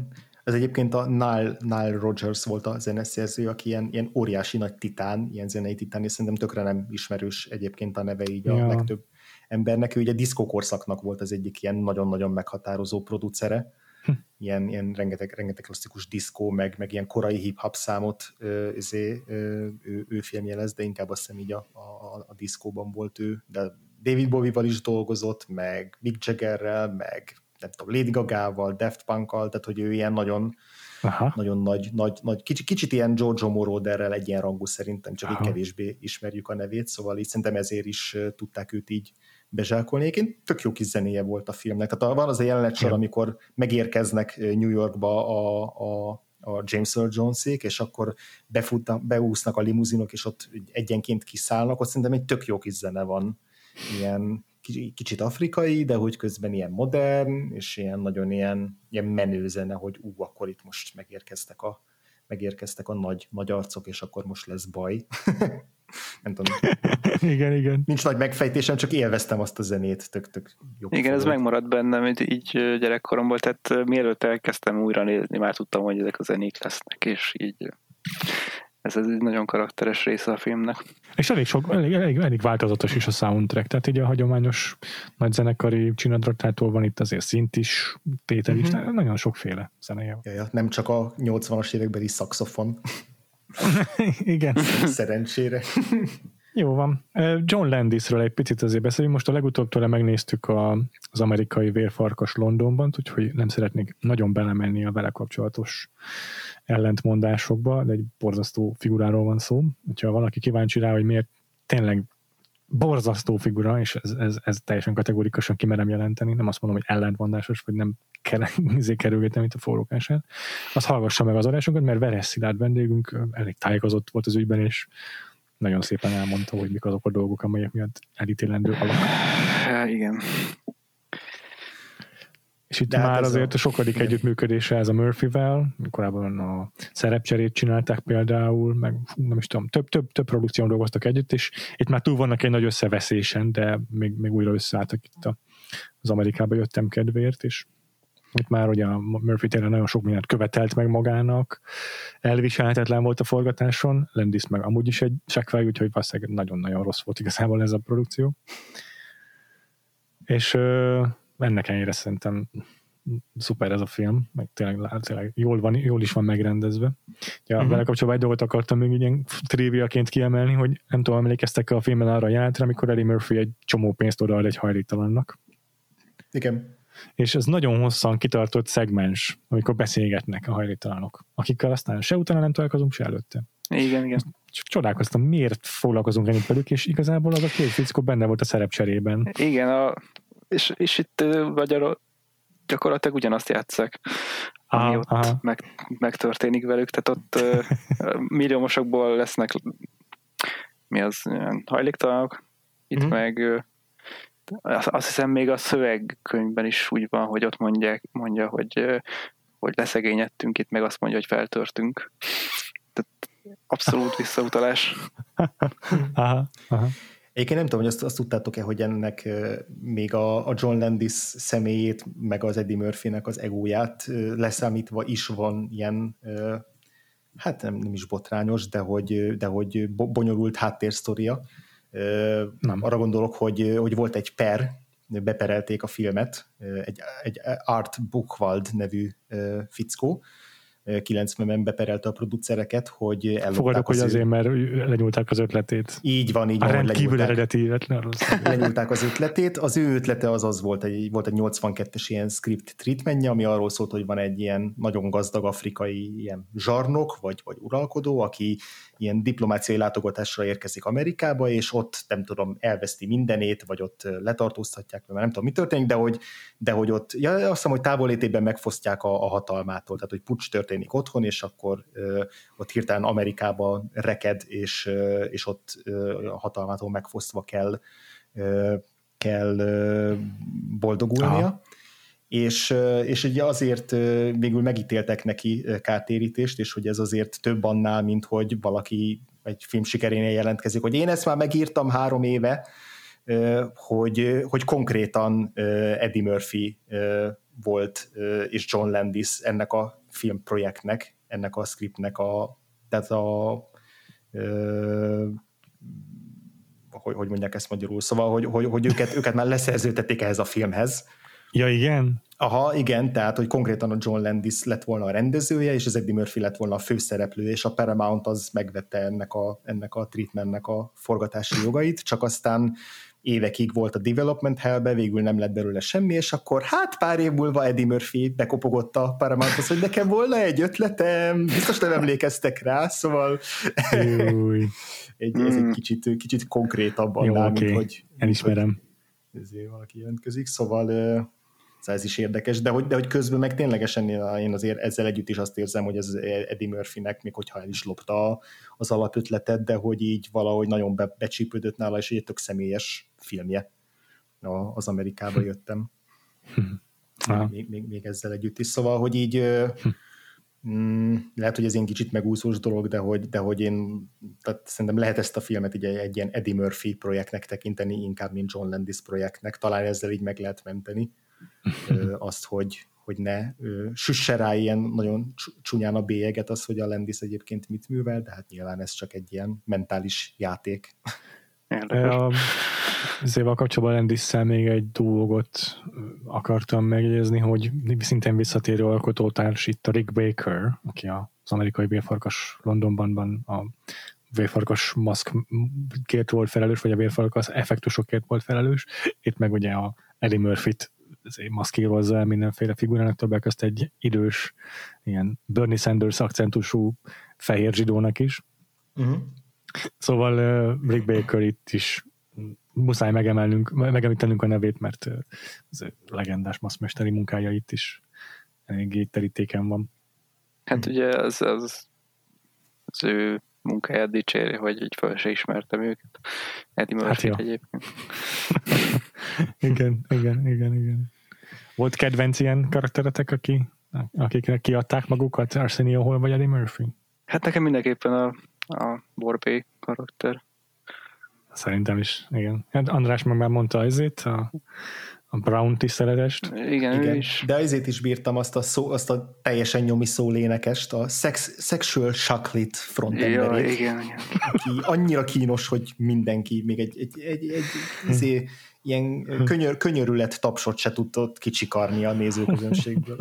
Ez egyébként a Nile, Nile Rodgers volt a zeneszerző, aki ilyen, ilyen óriási nagy titán, ilyen zenei titán, és szerintem tökre nem ismerős egyébként a neve így a ja. legtöbb embernek. Ő ugye a diszkókorszaknak volt az egyik ilyen nagyon-nagyon meghatározó producere, hm. ilyen, ilyen rengeteg, rengeteg klasszikus diszkó, meg, meg ilyen korai hip-hop számot ö, ő, ő, ő filmjelez, de inkább azt hiszem így a, a, a diszkóban volt ő, de David Bowie-val is dolgozott, meg Mick Jaggerrel, meg nem tudom, Lady Gagával, Daft Punkkal, tehát hogy ő ilyen nagyon, nagyon nagy, nagy, nagy kicsit, kicsit ilyen Giorgio Moroderrel egy ilyen rangú szerintem, csak Aha. így kevésbé ismerjük a nevét, szóval így szerintem ezért is tudták őt így bezsákolni. Egyébként tök jó kis zenéje volt a filmnek. Tehát van az a jelenet sor, amikor megérkeznek New Yorkba a, a, a James Earl Jones-ék, és akkor befutnak, beúsznak a limuzinok, és ott egyenként kiszállnak, ott szerintem egy tök jó kis zene van, ilyen kicsit afrikai, de hogy közben ilyen modern, és ilyen nagyon ilyen, ilyen menő zene, hogy ú, akkor itt most megérkeztek a, megérkeztek a nagy, nagy arcok, és akkor most lesz baj. Nem tudom. igen, igen. Nincs nagy megfejtésem, csak élveztem azt a zenét, tök-tök jó. Igen, ez megmaradt bennem így gyerekkoromból, tehát mielőtt elkezdtem újra nézni, már tudtam, hogy ezek a zenék lesznek, és így ez, ez egy nagyon karakteres része a filmnek. És elég, sok, elég, elég, elég változatos is a soundtrack, tehát így a hagyományos nagy zenekari csinadrottától van itt azért szint is, tétel is, uh-huh. nagyon sokféle zenéje. Ja, ja, nem csak a nyolcvanas évekbeli szaxofon. Igen. Szerencsére. Jó van. John Landisről egy picit azért beszélünk. Most a legutóbb tőle megnéztük a, az amerikai vérfarkas Londonban, úgyhogy nem szeretnék nagyon belemenni a vele kapcsolatos ellentmondásokba, de egy borzasztó figuráról van szó. Hogyha valaki kíváncsi rá, hogy miért tényleg borzasztó figura, és ez, ez, ez teljesen kategórikusan kimerem jelenteni, nem azt mondom, hogy ellentmondásos, vagy nem kerülgetem itt a forrókását, azt hallgassa meg az adásunkat, mert Veres Szilárd vendégünk elég tájékozott volt az ügyben, és nagyon szépen elmondta, hogy mik azok a dolgok, amelyek miatt elítélendő alak. Ja, igen. És itt de már hát azért a sokadik együttműködése ez a Murphyvel, korábban a szerepcserét csinálták például, meg nem is tudom, több, több, több produkción dolgoztak együtt, és itt már túl vannak egy nagy összeveszésen, de még, még újra összeálltak itt a, az Amerikába jöttem kedvéért, és itt már ugye a Murphy tényleg nagyon sok mindent követelt meg magának, elviselhetetlen volt a forgatáson, Landis meg amúgy is egy seggfej, úgyhogy valószínűleg nagyon-nagyon rossz volt igazából ez a produkció. És ö, ennek ennyire szerintem szuper ez a film, meg tényleg, tényleg jól, van, jól is van megrendezve. Ja, uh-huh. Vele kapcsolatban egy dolgot akartam még ilyen triviaként kiemelni, hogy nem tudom, emlékeztek a filmben arra a jelentre, amikor Eddie Murphy egy csomó pénzt odaad egy hajléktalannak. Igen. És ez nagyon hosszan kitartott szegmens, amikor beszélgetnek a hajléktalanok, akikkel aztán se utána nem találkozunk, se előtte. Igen, igen. Csodálkoztam, miért foglalkozunk ennyit velük, és igazából az a két fickó benne volt a szerepcserében. Igen, a, és, és itt vagy gyakorlatilag ugyanazt játsszák, ami aha, ott aha. Meg, megtörténik velük, tehát ott milliómosokból lesznek mi az, hajléktalanok, itt mm-hmm. meg azt hiszem még a szövegkönyvben is úgy van, hogy ott mondják, mondja, hogy, hogy leszegényedtünk, itt meg azt mondja, hogy feltörtünk. Tehát abszolút visszautalás. Aha, aha. Egyébként nem tudom, hogy azt, azt tudtátok-e, hogy ennek még a, a John Landis személyét, meg az Eddie Murphynek az egóját leszámítva is van ilyen, hát nem, nem is botrányos, de hogy, de hogy bonyolult háttérsztoria. Nem. Arra gondolok, hogy, hogy volt egy per, beperelték a filmet, egy, egy Art Buchwald nevű fickó, kilencvenben beperelte a producereket, hogy ellopták. Fogadok, hogy azért, mert lenyúlták az ötletét. Így van, így a van. Rendkívül eredeti ötlet. Lenyúlták az ötletét. Az ő ötlete az az volt, egy, volt egy nyolcvankettes ilyen script treatmentje, ami arról szólt, hogy van egy ilyen nagyon gazdag afrikai ilyen zsarnok, vagy, vagy uralkodó, aki ilyen diplomáciai látogatásra érkezik Amerikába, és ott nem tudom, elveszti mindenét, vagy ott letartóztatják, mert nem tudom, mi történik, de hogy, de hogy ott, ja, azt hiszem, hogy távollétében megfosztják a, a hatalmától, tehát hogy puccs történik otthon, és akkor ö, ott hirtelen Amerikába reked, és, ö, és ott ö, a hatalmától megfosztva kell, ö, kell ö, boldogulnia. Aha. És, és ugye azért végül megítéltek neki kártérítést, és hogy ez azért több annál, mint hogy valaki egy film sikerénél jelentkezik, hogy én ezt már megírtam három éve, hogy, hogy konkrétan Eddie Murphy volt, és John Landis ennek a filmprojektnek, ennek a scriptnek a, tehát a ö, hogy, hogy mondják ezt magyarul, szóval, hogy, hogy, hogy őket, őket már leszerződtették ehhez a filmhez. Ja, igen? Aha, igen, tehát, hogy konkrétan a John Landis lett volna a rendezője, és az Eddie Murphy lett volna a főszereplő, és a Paramount az megvette ennek a, ennek a treatmentnek a forgatási jogait, csak aztán évekig volt a development hellbe, végül nem lett belőle semmi, és akkor hát pár év múlva Eddie Murphy bekopogott a Paramounthoz, hogy nekem volna egy ötletem, biztos nem emlékeztek rá, szóval egy, ez egy kicsit, kicsit konkrétabb annál, jó, okay. mint hogy elismerem. Ezért valaki jelentkezik, szóval ez is érdekes, de hogy, de hogy közben meg ténylegesen én azért ezzel együtt is azt érzem, hogy ez Eddie Murphynek, még hogyha el is lopta az alapötletet, de hogy így valahogy nagyon be, becsípődött nála, és egy tök személyes filmje. Az Amerikába jöttem. még, még, még ezzel együtt is. Szóval, hogy így mm, lehet, hogy ez egy kicsit megúszós dolog, de hogy, de hogy én tehát szerintem lehet ezt a filmet így egy, egy ilyen Eddie Murphy projektnek tekinteni, inkább, mint John Landis projektnek. Talán ezzel így meg lehet menteni azt, hogy, hogy ne süsse rá ilyen nagyon csúnyán a bélyeget az, hogy a Landis egyébként mit művel, de hát nyilván ez csak egy ilyen mentális játék. Ezzel kapcsolatban Landisszel még egy dolgot akartam megjegyezni, hogy szintén visszatérő alkotótárs itt a Rick Baker, aki az amerikai vérfarkas Londonban a vérfarkas maszkért volt felelős, vagy a vérfarkas effektusokért volt felelős. Itt meg ugye a Eddie Murphy-t maszkírozza el mindenféle figurának, többek közt egy idős, ilyen Bernie Sanders akcentusú fehér zsidónak is. Uh-huh. Szóval uh, Rick Baker itt is muszáj megemelnünk, megemlítenünk a nevét, mert uh, az legendás maszkmesteri munkája itt is eléggé terítéken van. Hát ugye az, az, az ő munkáját dicséri, hogy így fel se ismertem őket. Eddie Murphy hát egyébként. igen, igen, igen, igen. Volt kedvenc ilyen karakteretek, aki, akiknek kiadták magukat, Arsenio Hall vagy Eddie Murphy? Hát nekem mindenképpen a, a Borbé karakter. Szerintem is, igen. Hát András meg már mondta ezért, a, a Brown tiszteletest. Igen, igen. is. De ezért is bírtam azt a, szó, azt a teljesen nyomi szólénekest, a sex, Sexual Chocolate frontemberét, ja, igen, igen. aki annyira kínos, hogy mindenki, még egy, egy, egy, egy izé, ilyen könyör, könyörület tapsot se tudott kicsikarni a nézőközönségből.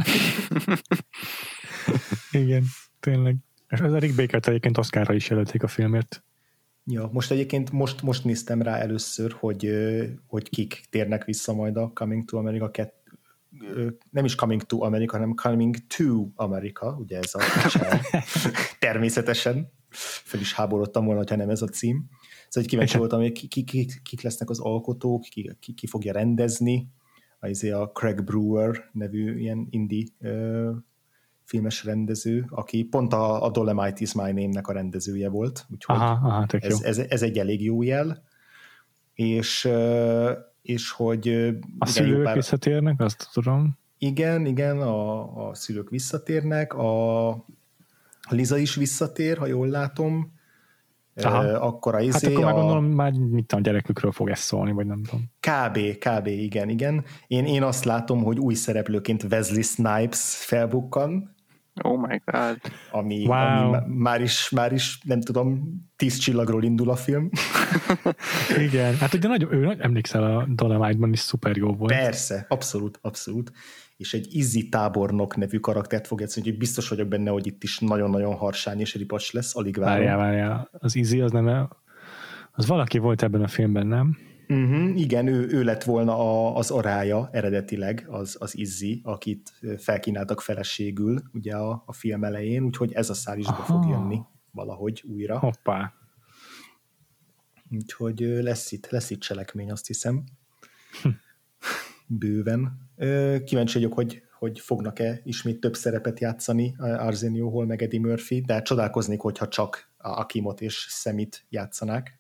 Igen, tényleg. És az Rick Baker-t egyébként Oscarra is jelölték a filmért. Ja, most egyébként most, most néztem rá először, hogy, hogy kik térnek vissza majd a Coming to America kettő, nem is Coming to America, hanem Coming to America, ugye ez a csel. Természetesen. Fel is háborodtam volna, ha nem ez a cím. Szóval kíváncsi voltam, hogy kik, kik, kik, kik lesznek az alkotók, ki, ki, ki fogja rendezni. A Craig Brewer nevű ilyen indie uh, filmes rendező, aki pont a, a Dolomite is My Name-nek a rendezője volt, úgyhogy aha, aha, ez, ez, ez egy elég jó jel. És, és hogy... A igen, szülők pár... visszatérnek, azt tudom. Igen, igen, a, a szülők visszatérnek, a Liza is visszatér, ha jól látom. Aha. Akkor a izé, hát akkor a... már gondolom, már mit a gyerekükről fog ez szólni, vagy nem tudom. Kb, kb, igen, igen. Én, én azt látom, hogy új szereplőként Wesley Snipes felbukkan. Oh my god. Ami, wow. ami már, is, már is, nem tudom, tíz csillagról indul a film. Igen, hát ugye nagy, ő, emlékszel, a Dolomite-ban is szuper jó volt. Persze, abszolút, abszolút. És egy Izzy tábornok nevű karaktert fog játszani, hogy biztos vagyok benne, hogy itt is nagyon-nagyon harsány és ripacs lesz, alig várom. Várjál, várjál, az Izzy az nem, az valaki volt ebben a filmben, nem? Uh-huh, igen, ő, ő lett volna a, az arája eredetileg, az, az Izzy, akit felkínáltak feleségül ugye a, a film elején, úgyhogy ez a szál is be fog jönni valahogy újra. Hoppá. Úgyhogy lesz itt, lesz itt cselekmény, azt hiszem. Hm. Bőven. Kíváncsi vagyok, hogy, hogy fognak-e ismét több szerepet játszani Arsenio Hall meg Eddie Murphy, de csodálkoznék, hogyha csak Akimot és Samit játszanák.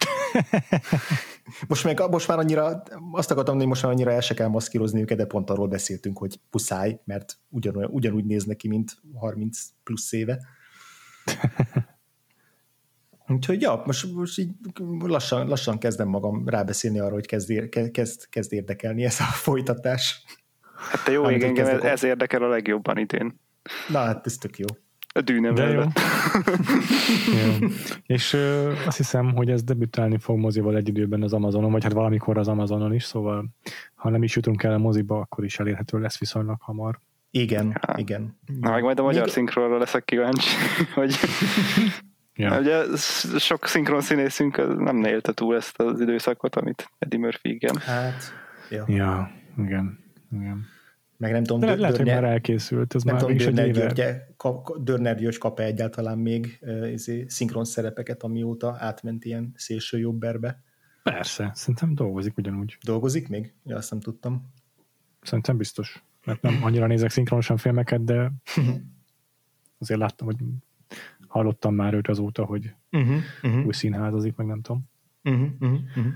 Most, meg, most már annyira, azt akartam, hogy most már annyira el se kell maszkírozni őket, de pont arról beszéltünk, hogy puszáj, mert ugyanúgy, ugyanúgy néznek ki, mint harminc plusz éve. Úgyhogy ja, most, most így lassan, lassan kezdem magam rábeszélni arra, hogy kezd, kezd, kezd érdekelni ez a folytatás. Hát te jó ég, engem ez, ez érdekel a legjobban idén. Na hát ez tök jó. A dűne mellett. Ja. És ö, azt hiszem, hogy ez debütálni fog mozival egy időben az Amazonon, vagy hát valamikor az Amazonon is, szóval ha nem is jutunk el a moziba, akkor is elérhető lesz viszonylag hamar. Igen, ja. igen. Na, meg majd a magyar Még... szinkronról leszek kíváncsi, hogy ja. ugye sok szinkron színészünk nem élte túl ezt az időszakot, amit Eddie Murphy, igen. Hát, ja, ja igen, igen. Meg nem tudom, de Dörner, lehet, hogy már elkészült. Ez nem már tudom, Dörner György, Dörner György kap-e egyáltalán még uh, szinkron szerepeket, amióta átment ilyen szélső jobberbe. Persze, szerintem dolgozik ugyanúgy. Dolgozik még? Ja, azt nem tudtam. Szerintem biztos. Mert nem annyira nézek szinkronosan filmeket, de azért láttam, hogy hallottam már őt azóta, hogy uh-huh, uh-huh. új színházazik, meg nem tudom. Uh-huh, uh-huh, uh-huh.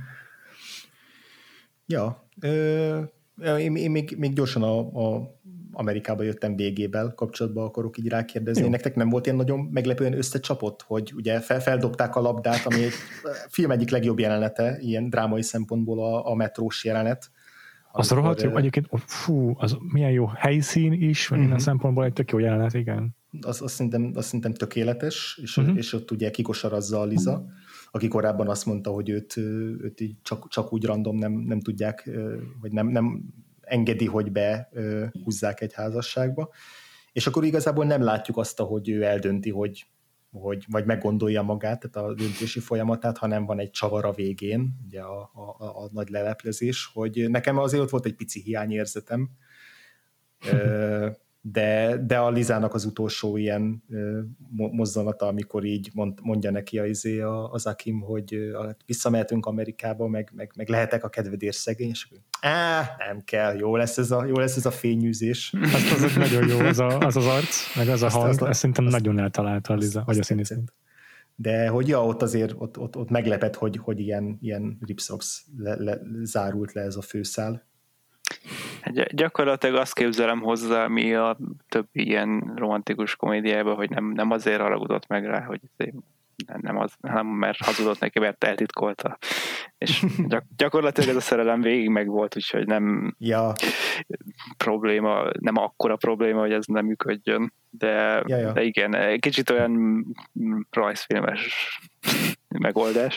Ja, ö- Én, én még, még gyorsan a, a Amerikába jöttem végével kapcsolatban akarok így rákérdezni. Jó. Nektek nem volt ilyen nagyon meglepően összecsapott, hogy ugye fel, feldobták a labdát, ami egy film egyik legjobb jelenete, ilyen drámai szempontból a, a metrós jelenet. Az rohadt jó, egyébként, fú, az milyen jó helyszín is, uh-huh. minden szempontból egy tök jó jelenet, igen. Az, azt, szerintem, azt szerintem tökéletes, és, uh-huh. és ott ugye kikosarazza a Liza, uh-huh. aki korábban azt mondta, hogy őt, őt így csak, csak úgy random nem, nem tudják, vagy nem, nem engedi, hogy behúzzák egy házasságba. És akkor igazából nem látjuk azt, hogy ő eldönti, hogy, hogy vagy meggondolja magát, tehát a döntési folyamatát, hanem van egy csavar a végén, ugye a, a, a nagy leleplezés, hogy nekem azért ott volt egy pici hiányérzetem, De, de a Lizának az utolsó ilyen mozzanata, amikor így mond, mondja neki a, az Akim, hogy visszamehetünk Amerikába, meg, meg, meg lehetek a kedvedért szegény, és á, nem kell, jó lesz ez a, jó lesz ez a fényűzés. Azt az nagyon jó, az, a, az az arc, meg az a hang, azt, azt szerintem azt, nagyon eltalálta a Liza, vagy a színészét. De hogy ja, ott azért ott, ott, ott meglepett, hogy, hogy ilyen, ilyen ripszox le, le, zárult le ez a főszál. Gyakorlatilag azt képzelem hozzá, mi a többi ilyen romantikus komédiában, hogy nem, nem azért haragudott meg rá, hogy nem, az, nem mert hazudott neki, mert eltitkolta. És gyak, gyakorlatilag ez a szerelem végig meg volt, úgyhogy nem ja. probléma, nem akkora probléma, hogy ez nem működjön. De, ja, ja. de igen, kicsit olyan rajzfilmes megoldás.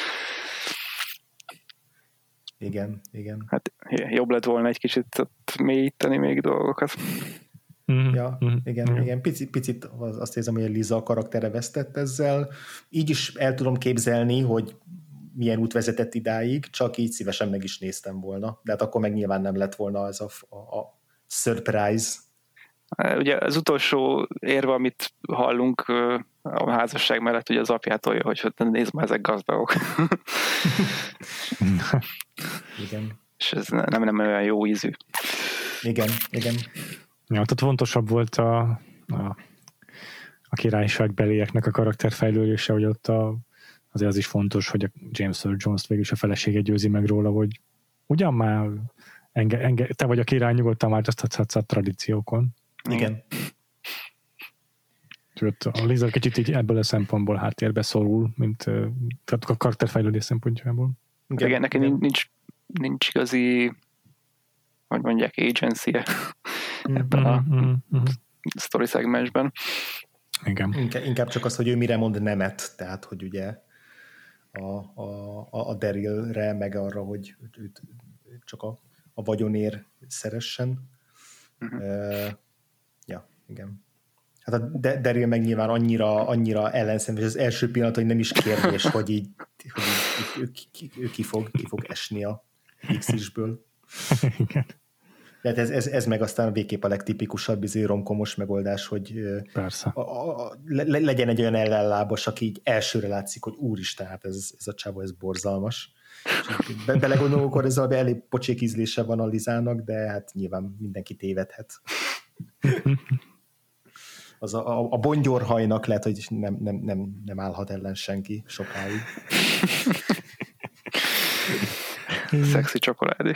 Igen, igen. Hát jobb lett volna egy kicsit ott mélyíteni még dolgokat. Mm-hmm. Ja, mm-hmm. igen, mm-hmm. igen. Picit, picit azt érzem, hogy a Liza a karaktere vesztett ezzel. Így is el tudom képzelni, hogy milyen út vezetett idáig, csak így szívesen meg is néztem volna. De hát akkor meg nyilván nem lett volna ez a, a, a surprise. Ugye az utolsó érve, amit hallunk a házasság mellett, ugye az apjától jön, hogy nézd már, ezek gazdagok. Igen. És ez nem, nem olyan jó ízű. Igen, igen. Ja, tehát fontosabb volt a, a, a királyságbelieknek a karakterfejlődése, hogy ott a, azért az is fontos, hogy a James Earl Jones végül is a felesége győzi meg róla, hogy ugyan már enge, enge, te vagy a király, nyugodtan változtathatsz a tradíciókon. Igen. Sőt, a Liza kicsit így ebből a szempontból háttérbe szorul, mint tehát a karakterfejlődés szempontjából. Igen, Igen neki igen. nincs, nincs igazi, hogy mondják, agency-e mm, ebben a mm, mm, mm. sztori szegmensben. Igen. Inkább, inkább csak az, hogy ő mire mond nemet, tehát, hogy ugye a, a, a Darylre, meg arra, hogy őt csak a, a vagyonér szeressen. Uh-huh. Uh, ja, igen. Hát a Daryl meg nyilván annyira, annyira ellenszenves, az első pillanat, hogy nem is kérdés, hogy így, hogy így ő, ő, ő ki, fog, ki fog esni a X-isből. Igen. Tehát ez, ez, ez meg aztán végképp a legtipikusabb izé romkomos megoldás, hogy Persze. A, a, le, legyen egy olyan ellenlábas, aki így elsőre látszik, hogy úristen, hát ez, ez a csávó, ez borzalmas. Be, belegondolok, akkor ez valami elég pocsék ízlése van a Lizának, de hát nyilván mindenki tévedhet. Az a, a, a bongyorhajnak lehet, hogy nem, nem, nem, nem állhat ellen senki sokáig. Szexi csokoládé.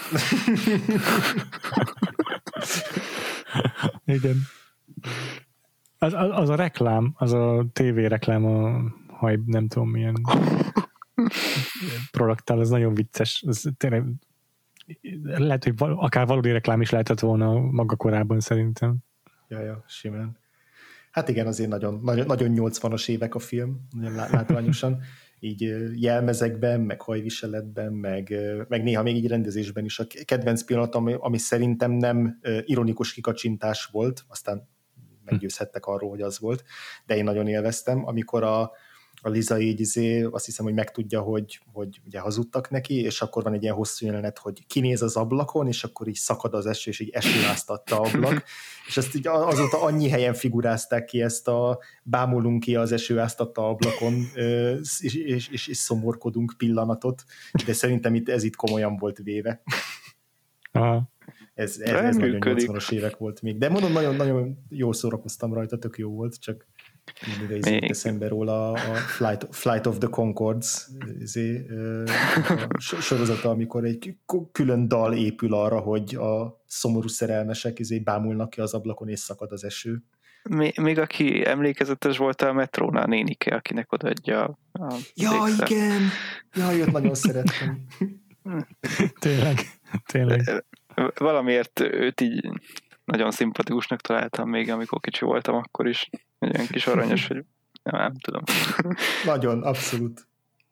Igen. Az, az, az a reklám, az a tévéreklám, a haj, nem tudom milyen produktál, az nagyon vicces. Ez tényleg, lehet, hogy val- akár valódi reklám is lehetett volna maga korában szerintem. ja, ja, simán. Hát igen, azért nagyon, nagyon, nagyon nyolcvanas évek a film, nagyon látványosan. Így jelmezekben, meg hajviseletben, meg, meg néha még így rendezésben is. A kedvenc pillanat, ami, ami szerintem nem ironikus kikacsintás volt, aztán meggyőzhettek arról, hogy az volt, de én nagyon élveztem, amikor a, a Liza így izé, azt hiszem, hogy megtudja, hogy, hogy ugye hazudtak neki, és akkor van egy ilyen hosszú jelenet, hogy kinéz az ablakon, és akkor így szakad az eső, és így esőáztatta ablak, és ezt így azóta annyi helyen figurázták ki ezt a bámulunk ki az esőáztatta ablakon, és, és, és, és szomorkodunk pillanatot, de szerintem itt, ez itt komolyan volt véve. Aha. Ez, ez, ez nagyon nyolcvanas évek volt még. De mondom, nagyon-nagyon jól szórakoztam rajta, tök jó volt, csak mindig izé eszembe róla a Flight, Flight of the Conchords izé, a sorozata, amikor egy külön dal épül arra, hogy a szomorú szerelmesek izé bámulnak ki az ablakon, és szakad az eső. Még, még aki emlékezetes volt a metrónál, a nénike, akinek odaadja a Ja, végre. Igen! Ja, őt nagyon szerettem. Tényleg, tényleg. Valamiért őt így nagyon szimpatikusnak találtam még, amikor kicsi voltam, akkor is. Olyan kis aranyos, hogy nem, nem tudom. Nagyon, abszolút.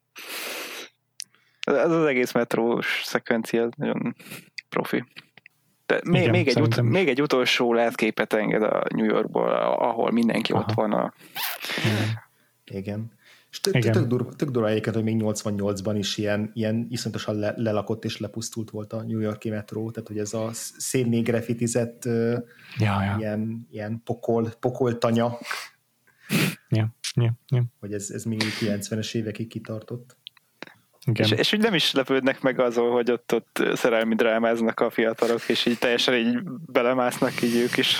Ez az egész metrós szekvencia nagyon profi. De még, igen, még, egy ut- még egy utolsó látképet enged a New Yorkból, ahol mindenki Aha. ott van. A... Igen. igen. És tök durva, tök durva egyébként, hogy még nyolcvannyolcban is ilyen, ilyen iszonyatosan le, lelakott és lepusztult volt a New York-i metró, tehát hogy ez a szénné grafitizett ja, ja. ilyen, ilyen pokol, pokoltanya, ja, ja, ja. hogy ez, ez még kilencvenes évekig kitartott. És, és úgy nem is lepődnek meg azon, hogy ott, ott szerelmi drámáznak a fiatalok, és így teljesen így belemásznak így ők is.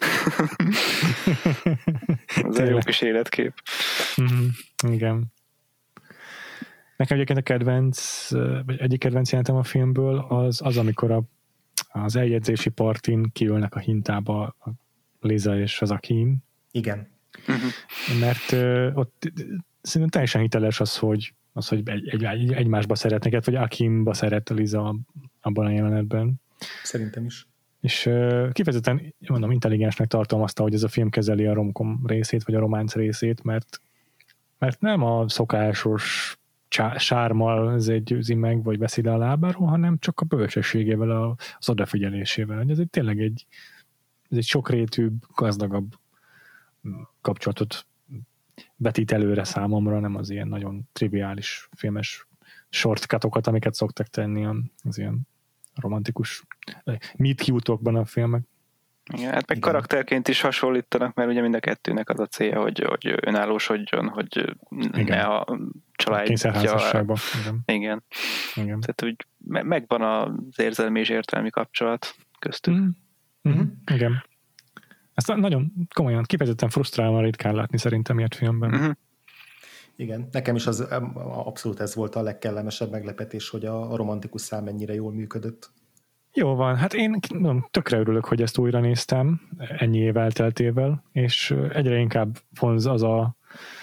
Ez egy jó kis életkép. Mm-hmm. Igen. Nekem egyébként a kedvenc, vagy egyik kedvenc jelenetem a filmből az, az amikor a, az eljegyzési partin kiülnek a hintába a Liza és az Akim. Igen. Uh-huh. Mert uh, ott szerintem teljesen hiteles az, hogy az, hogy egy, egy, egy, egymásba szeretnek, vagy Akimba szeret a Liza abban a jelenetben. Szerintem is. És uh, kifejezetten, mondom, intelligensnek tartom azt, hogy ez a film kezeli a romkom részét, vagy a románc részét, mert, mert nem a szokásos csá, sármal ez egy győzi meg, vagy veszi le a lábáról, hanem csak a bölcsességével, a, az odafigyelésével. Ez egy, tényleg egy, ez egy sokrétűbb, gazdagabb kapcsolatot vetít előre számomra, nem az ilyen nagyon triviális filmes shortcutokat, amiket szoktak tenni az ilyen romantikus meet cute-okban a filmek. Igen, hát meg Igen. karakterként is hasonlítanak, mert ugye mind a kettőnek az a célja, hogy, hogy önállósodjon, hogy Igen. ne a családja... Kényszerházasságban. Igen. Igen. Igen. Tehát úgy megvan az érzelmi és értelmi kapcsolat köztük. Mm. Mm-hmm. Igen. Ezt nagyon komolyan, kifejezetten frusztrálva ritkán látni szerintem ilyet filmben. Uh-huh. Igen, nekem is az abszolút ez volt a legkellemesebb meglepetés, hogy a, a romantikus szám mennyire jól működött. Jó van, hát én mondom, tökre örülök, hogy ezt újra néztem, ennyi év elteltével, és egyre inkább vonz az a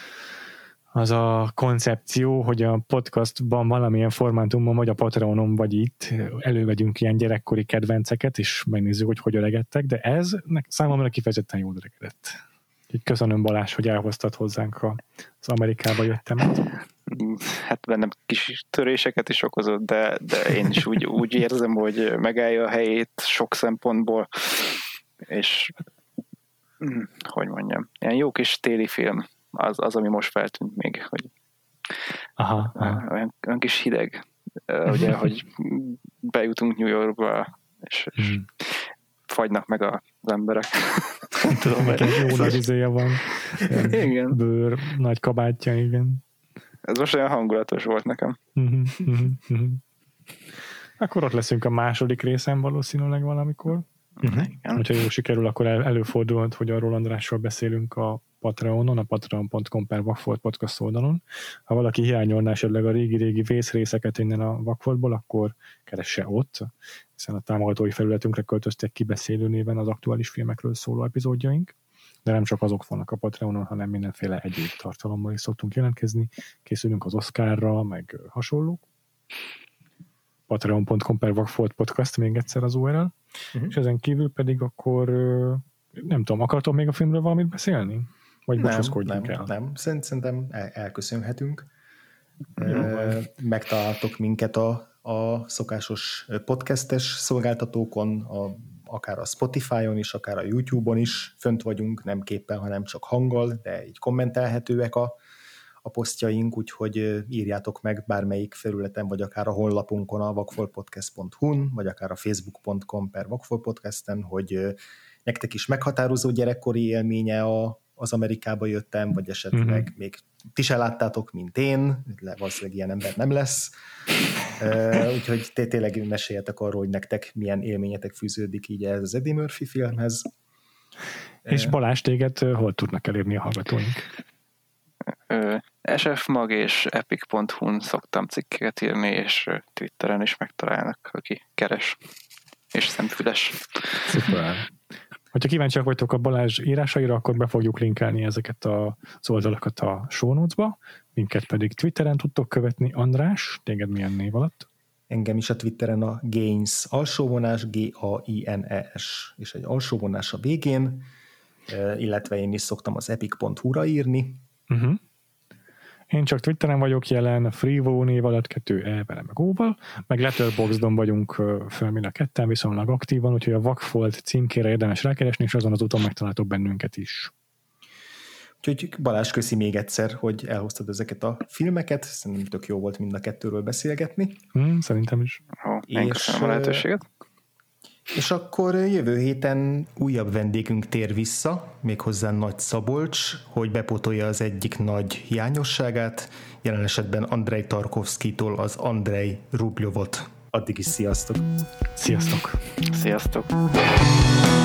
az a koncepció, hogy a podcastban valamilyen formátumban, vagy a Patreonon, vagy itt elővegyünk ilyen gyerekkori kedvenceket, és megnézzük, hogy hogy öregedtek, de ez számomra kifejezetten jól öregedett. Így köszönöm, Balázs, hogy elhoztad hozzánk az Amerikába jöttemet. Hát bennem kis töréseket is okozott, de, de én is úgy, úgy érzem, hogy megállja a helyét sok szempontból, és hogy mondjam, ilyen jó kis téli film. Az, az, ami most feltűnt még, hogy aha, aha. Olyan, olyan kis hideg, ugye, hogy bejutunk New Yorkba, és, és mm. fagynak meg az emberek. Tudom, hogy egy jó nagy izéje van. Igen. Bőr, nagy kabátja, igen. Ez most olyan hangulatos volt nekem. Mm-hmm, mm-hmm. Akkor ott leszünk a második részen valószínűleg valamikor. Mm-hmm. Hogyha jól sikerül, akkor el, előfordulhat, hogy a Roland Russról beszélünk a Patreonon, a patreon pont com per Vakfolt podcast oldalon. Ha valaki hiányolná esetleg a régi-régi vészrészeket innen a Vakfoltból, akkor keresse ott, hiszen a támogatói felületünkre költöztek kibeszélő néven az aktuális filmekről szóló epizódjaink, de nem csak azok vannak a Patreonon, hanem mindenféle egyéb tartalommal is szoktunk jelentkezni. Készülünk az Oscarra, meg hasonlók. patreon pont com per Vakfolt podcast, még egyszer az u er el. Uh-huh. És ezen kívül pedig akkor nem tudom, akartok még a filmről valamit beszélni? Vagy nem, búcsúzkodjunk nem, el? Nem, szerintem el, elköszönhetünk. Jó, megtaláltok minket a, a szokásos podcastes szolgáltatókon, a, akár a Spotify-on is, akár a YouTube-on is fönt vagyunk, nem képpen, hanem csak hanggal, de így kommentelhetőek a, a posztjaink, úgyhogy írjátok meg bármelyik felületen, vagy akár a honlapunkon, a vakfoltpodcast pont hu-n, vagy akár a facebook pont com per vakfoltpodcasten, hogy nektek is meghatározó gyerekkori élménye a, az Amerikába jöttem, vagy esetleg mm-hmm. még ti se láttátok, mint én, valószínűleg ilyen ember nem lesz. Uh, úgyhogy té- tényleg meséljetek arról, hogy nektek milyen élményetek fűződik így ez az Eddie Murphy filmhez. És Balázs, téged hol tudnak elérni a hallgatóink? es ef mag és epic pont hu-n szoktam cikkeket írni, és Twitteren is megtalálnak, aki keres, és szemfüles. Szuper. Hogyha kíváncsiak vagytok a Balázs írásaira, akkor be fogjuk linkelni ezeket az oldalakat a show notes-ba, minket pedig Twitteren tudtok követni. András, téged milyen név alatt? Engem is a Twitteren a Gains alsóvonás, G A I N E S, és egy alsóvonás a végén, illetve én is szoktam az epic pont hu-ra írni. Uh-huh. Én csak Twitteren vagyok jelen, Freevo név alatt, kettő E vele meg O-val, meg Letterboxdon vagyunk fel mind a ketten viszonylag aktívan, úgyhogy a Vakfolt címkére érdemes rákeresni, és azon az úton megtaláltok bennünket is. Úgyhogy Balázs, köszi még egyszer, hogy elhoztad ezeket a filmeket, szerintem tök jó volt mind a kettőről beszélgetni. Hmm, szerintem is. Ó, én köszönöm a lehetőséget. És akkor jövő héten újabb vendégünk tér vissza, méghozzá Nagy Szabolcs, hogy bepótolja az egyik nagy hiányosságát, jelen esetben Andrei Tarkovszkitól az Andrei Rubljovot. Addig is sziasztok! Sziasztok! Sziasztok!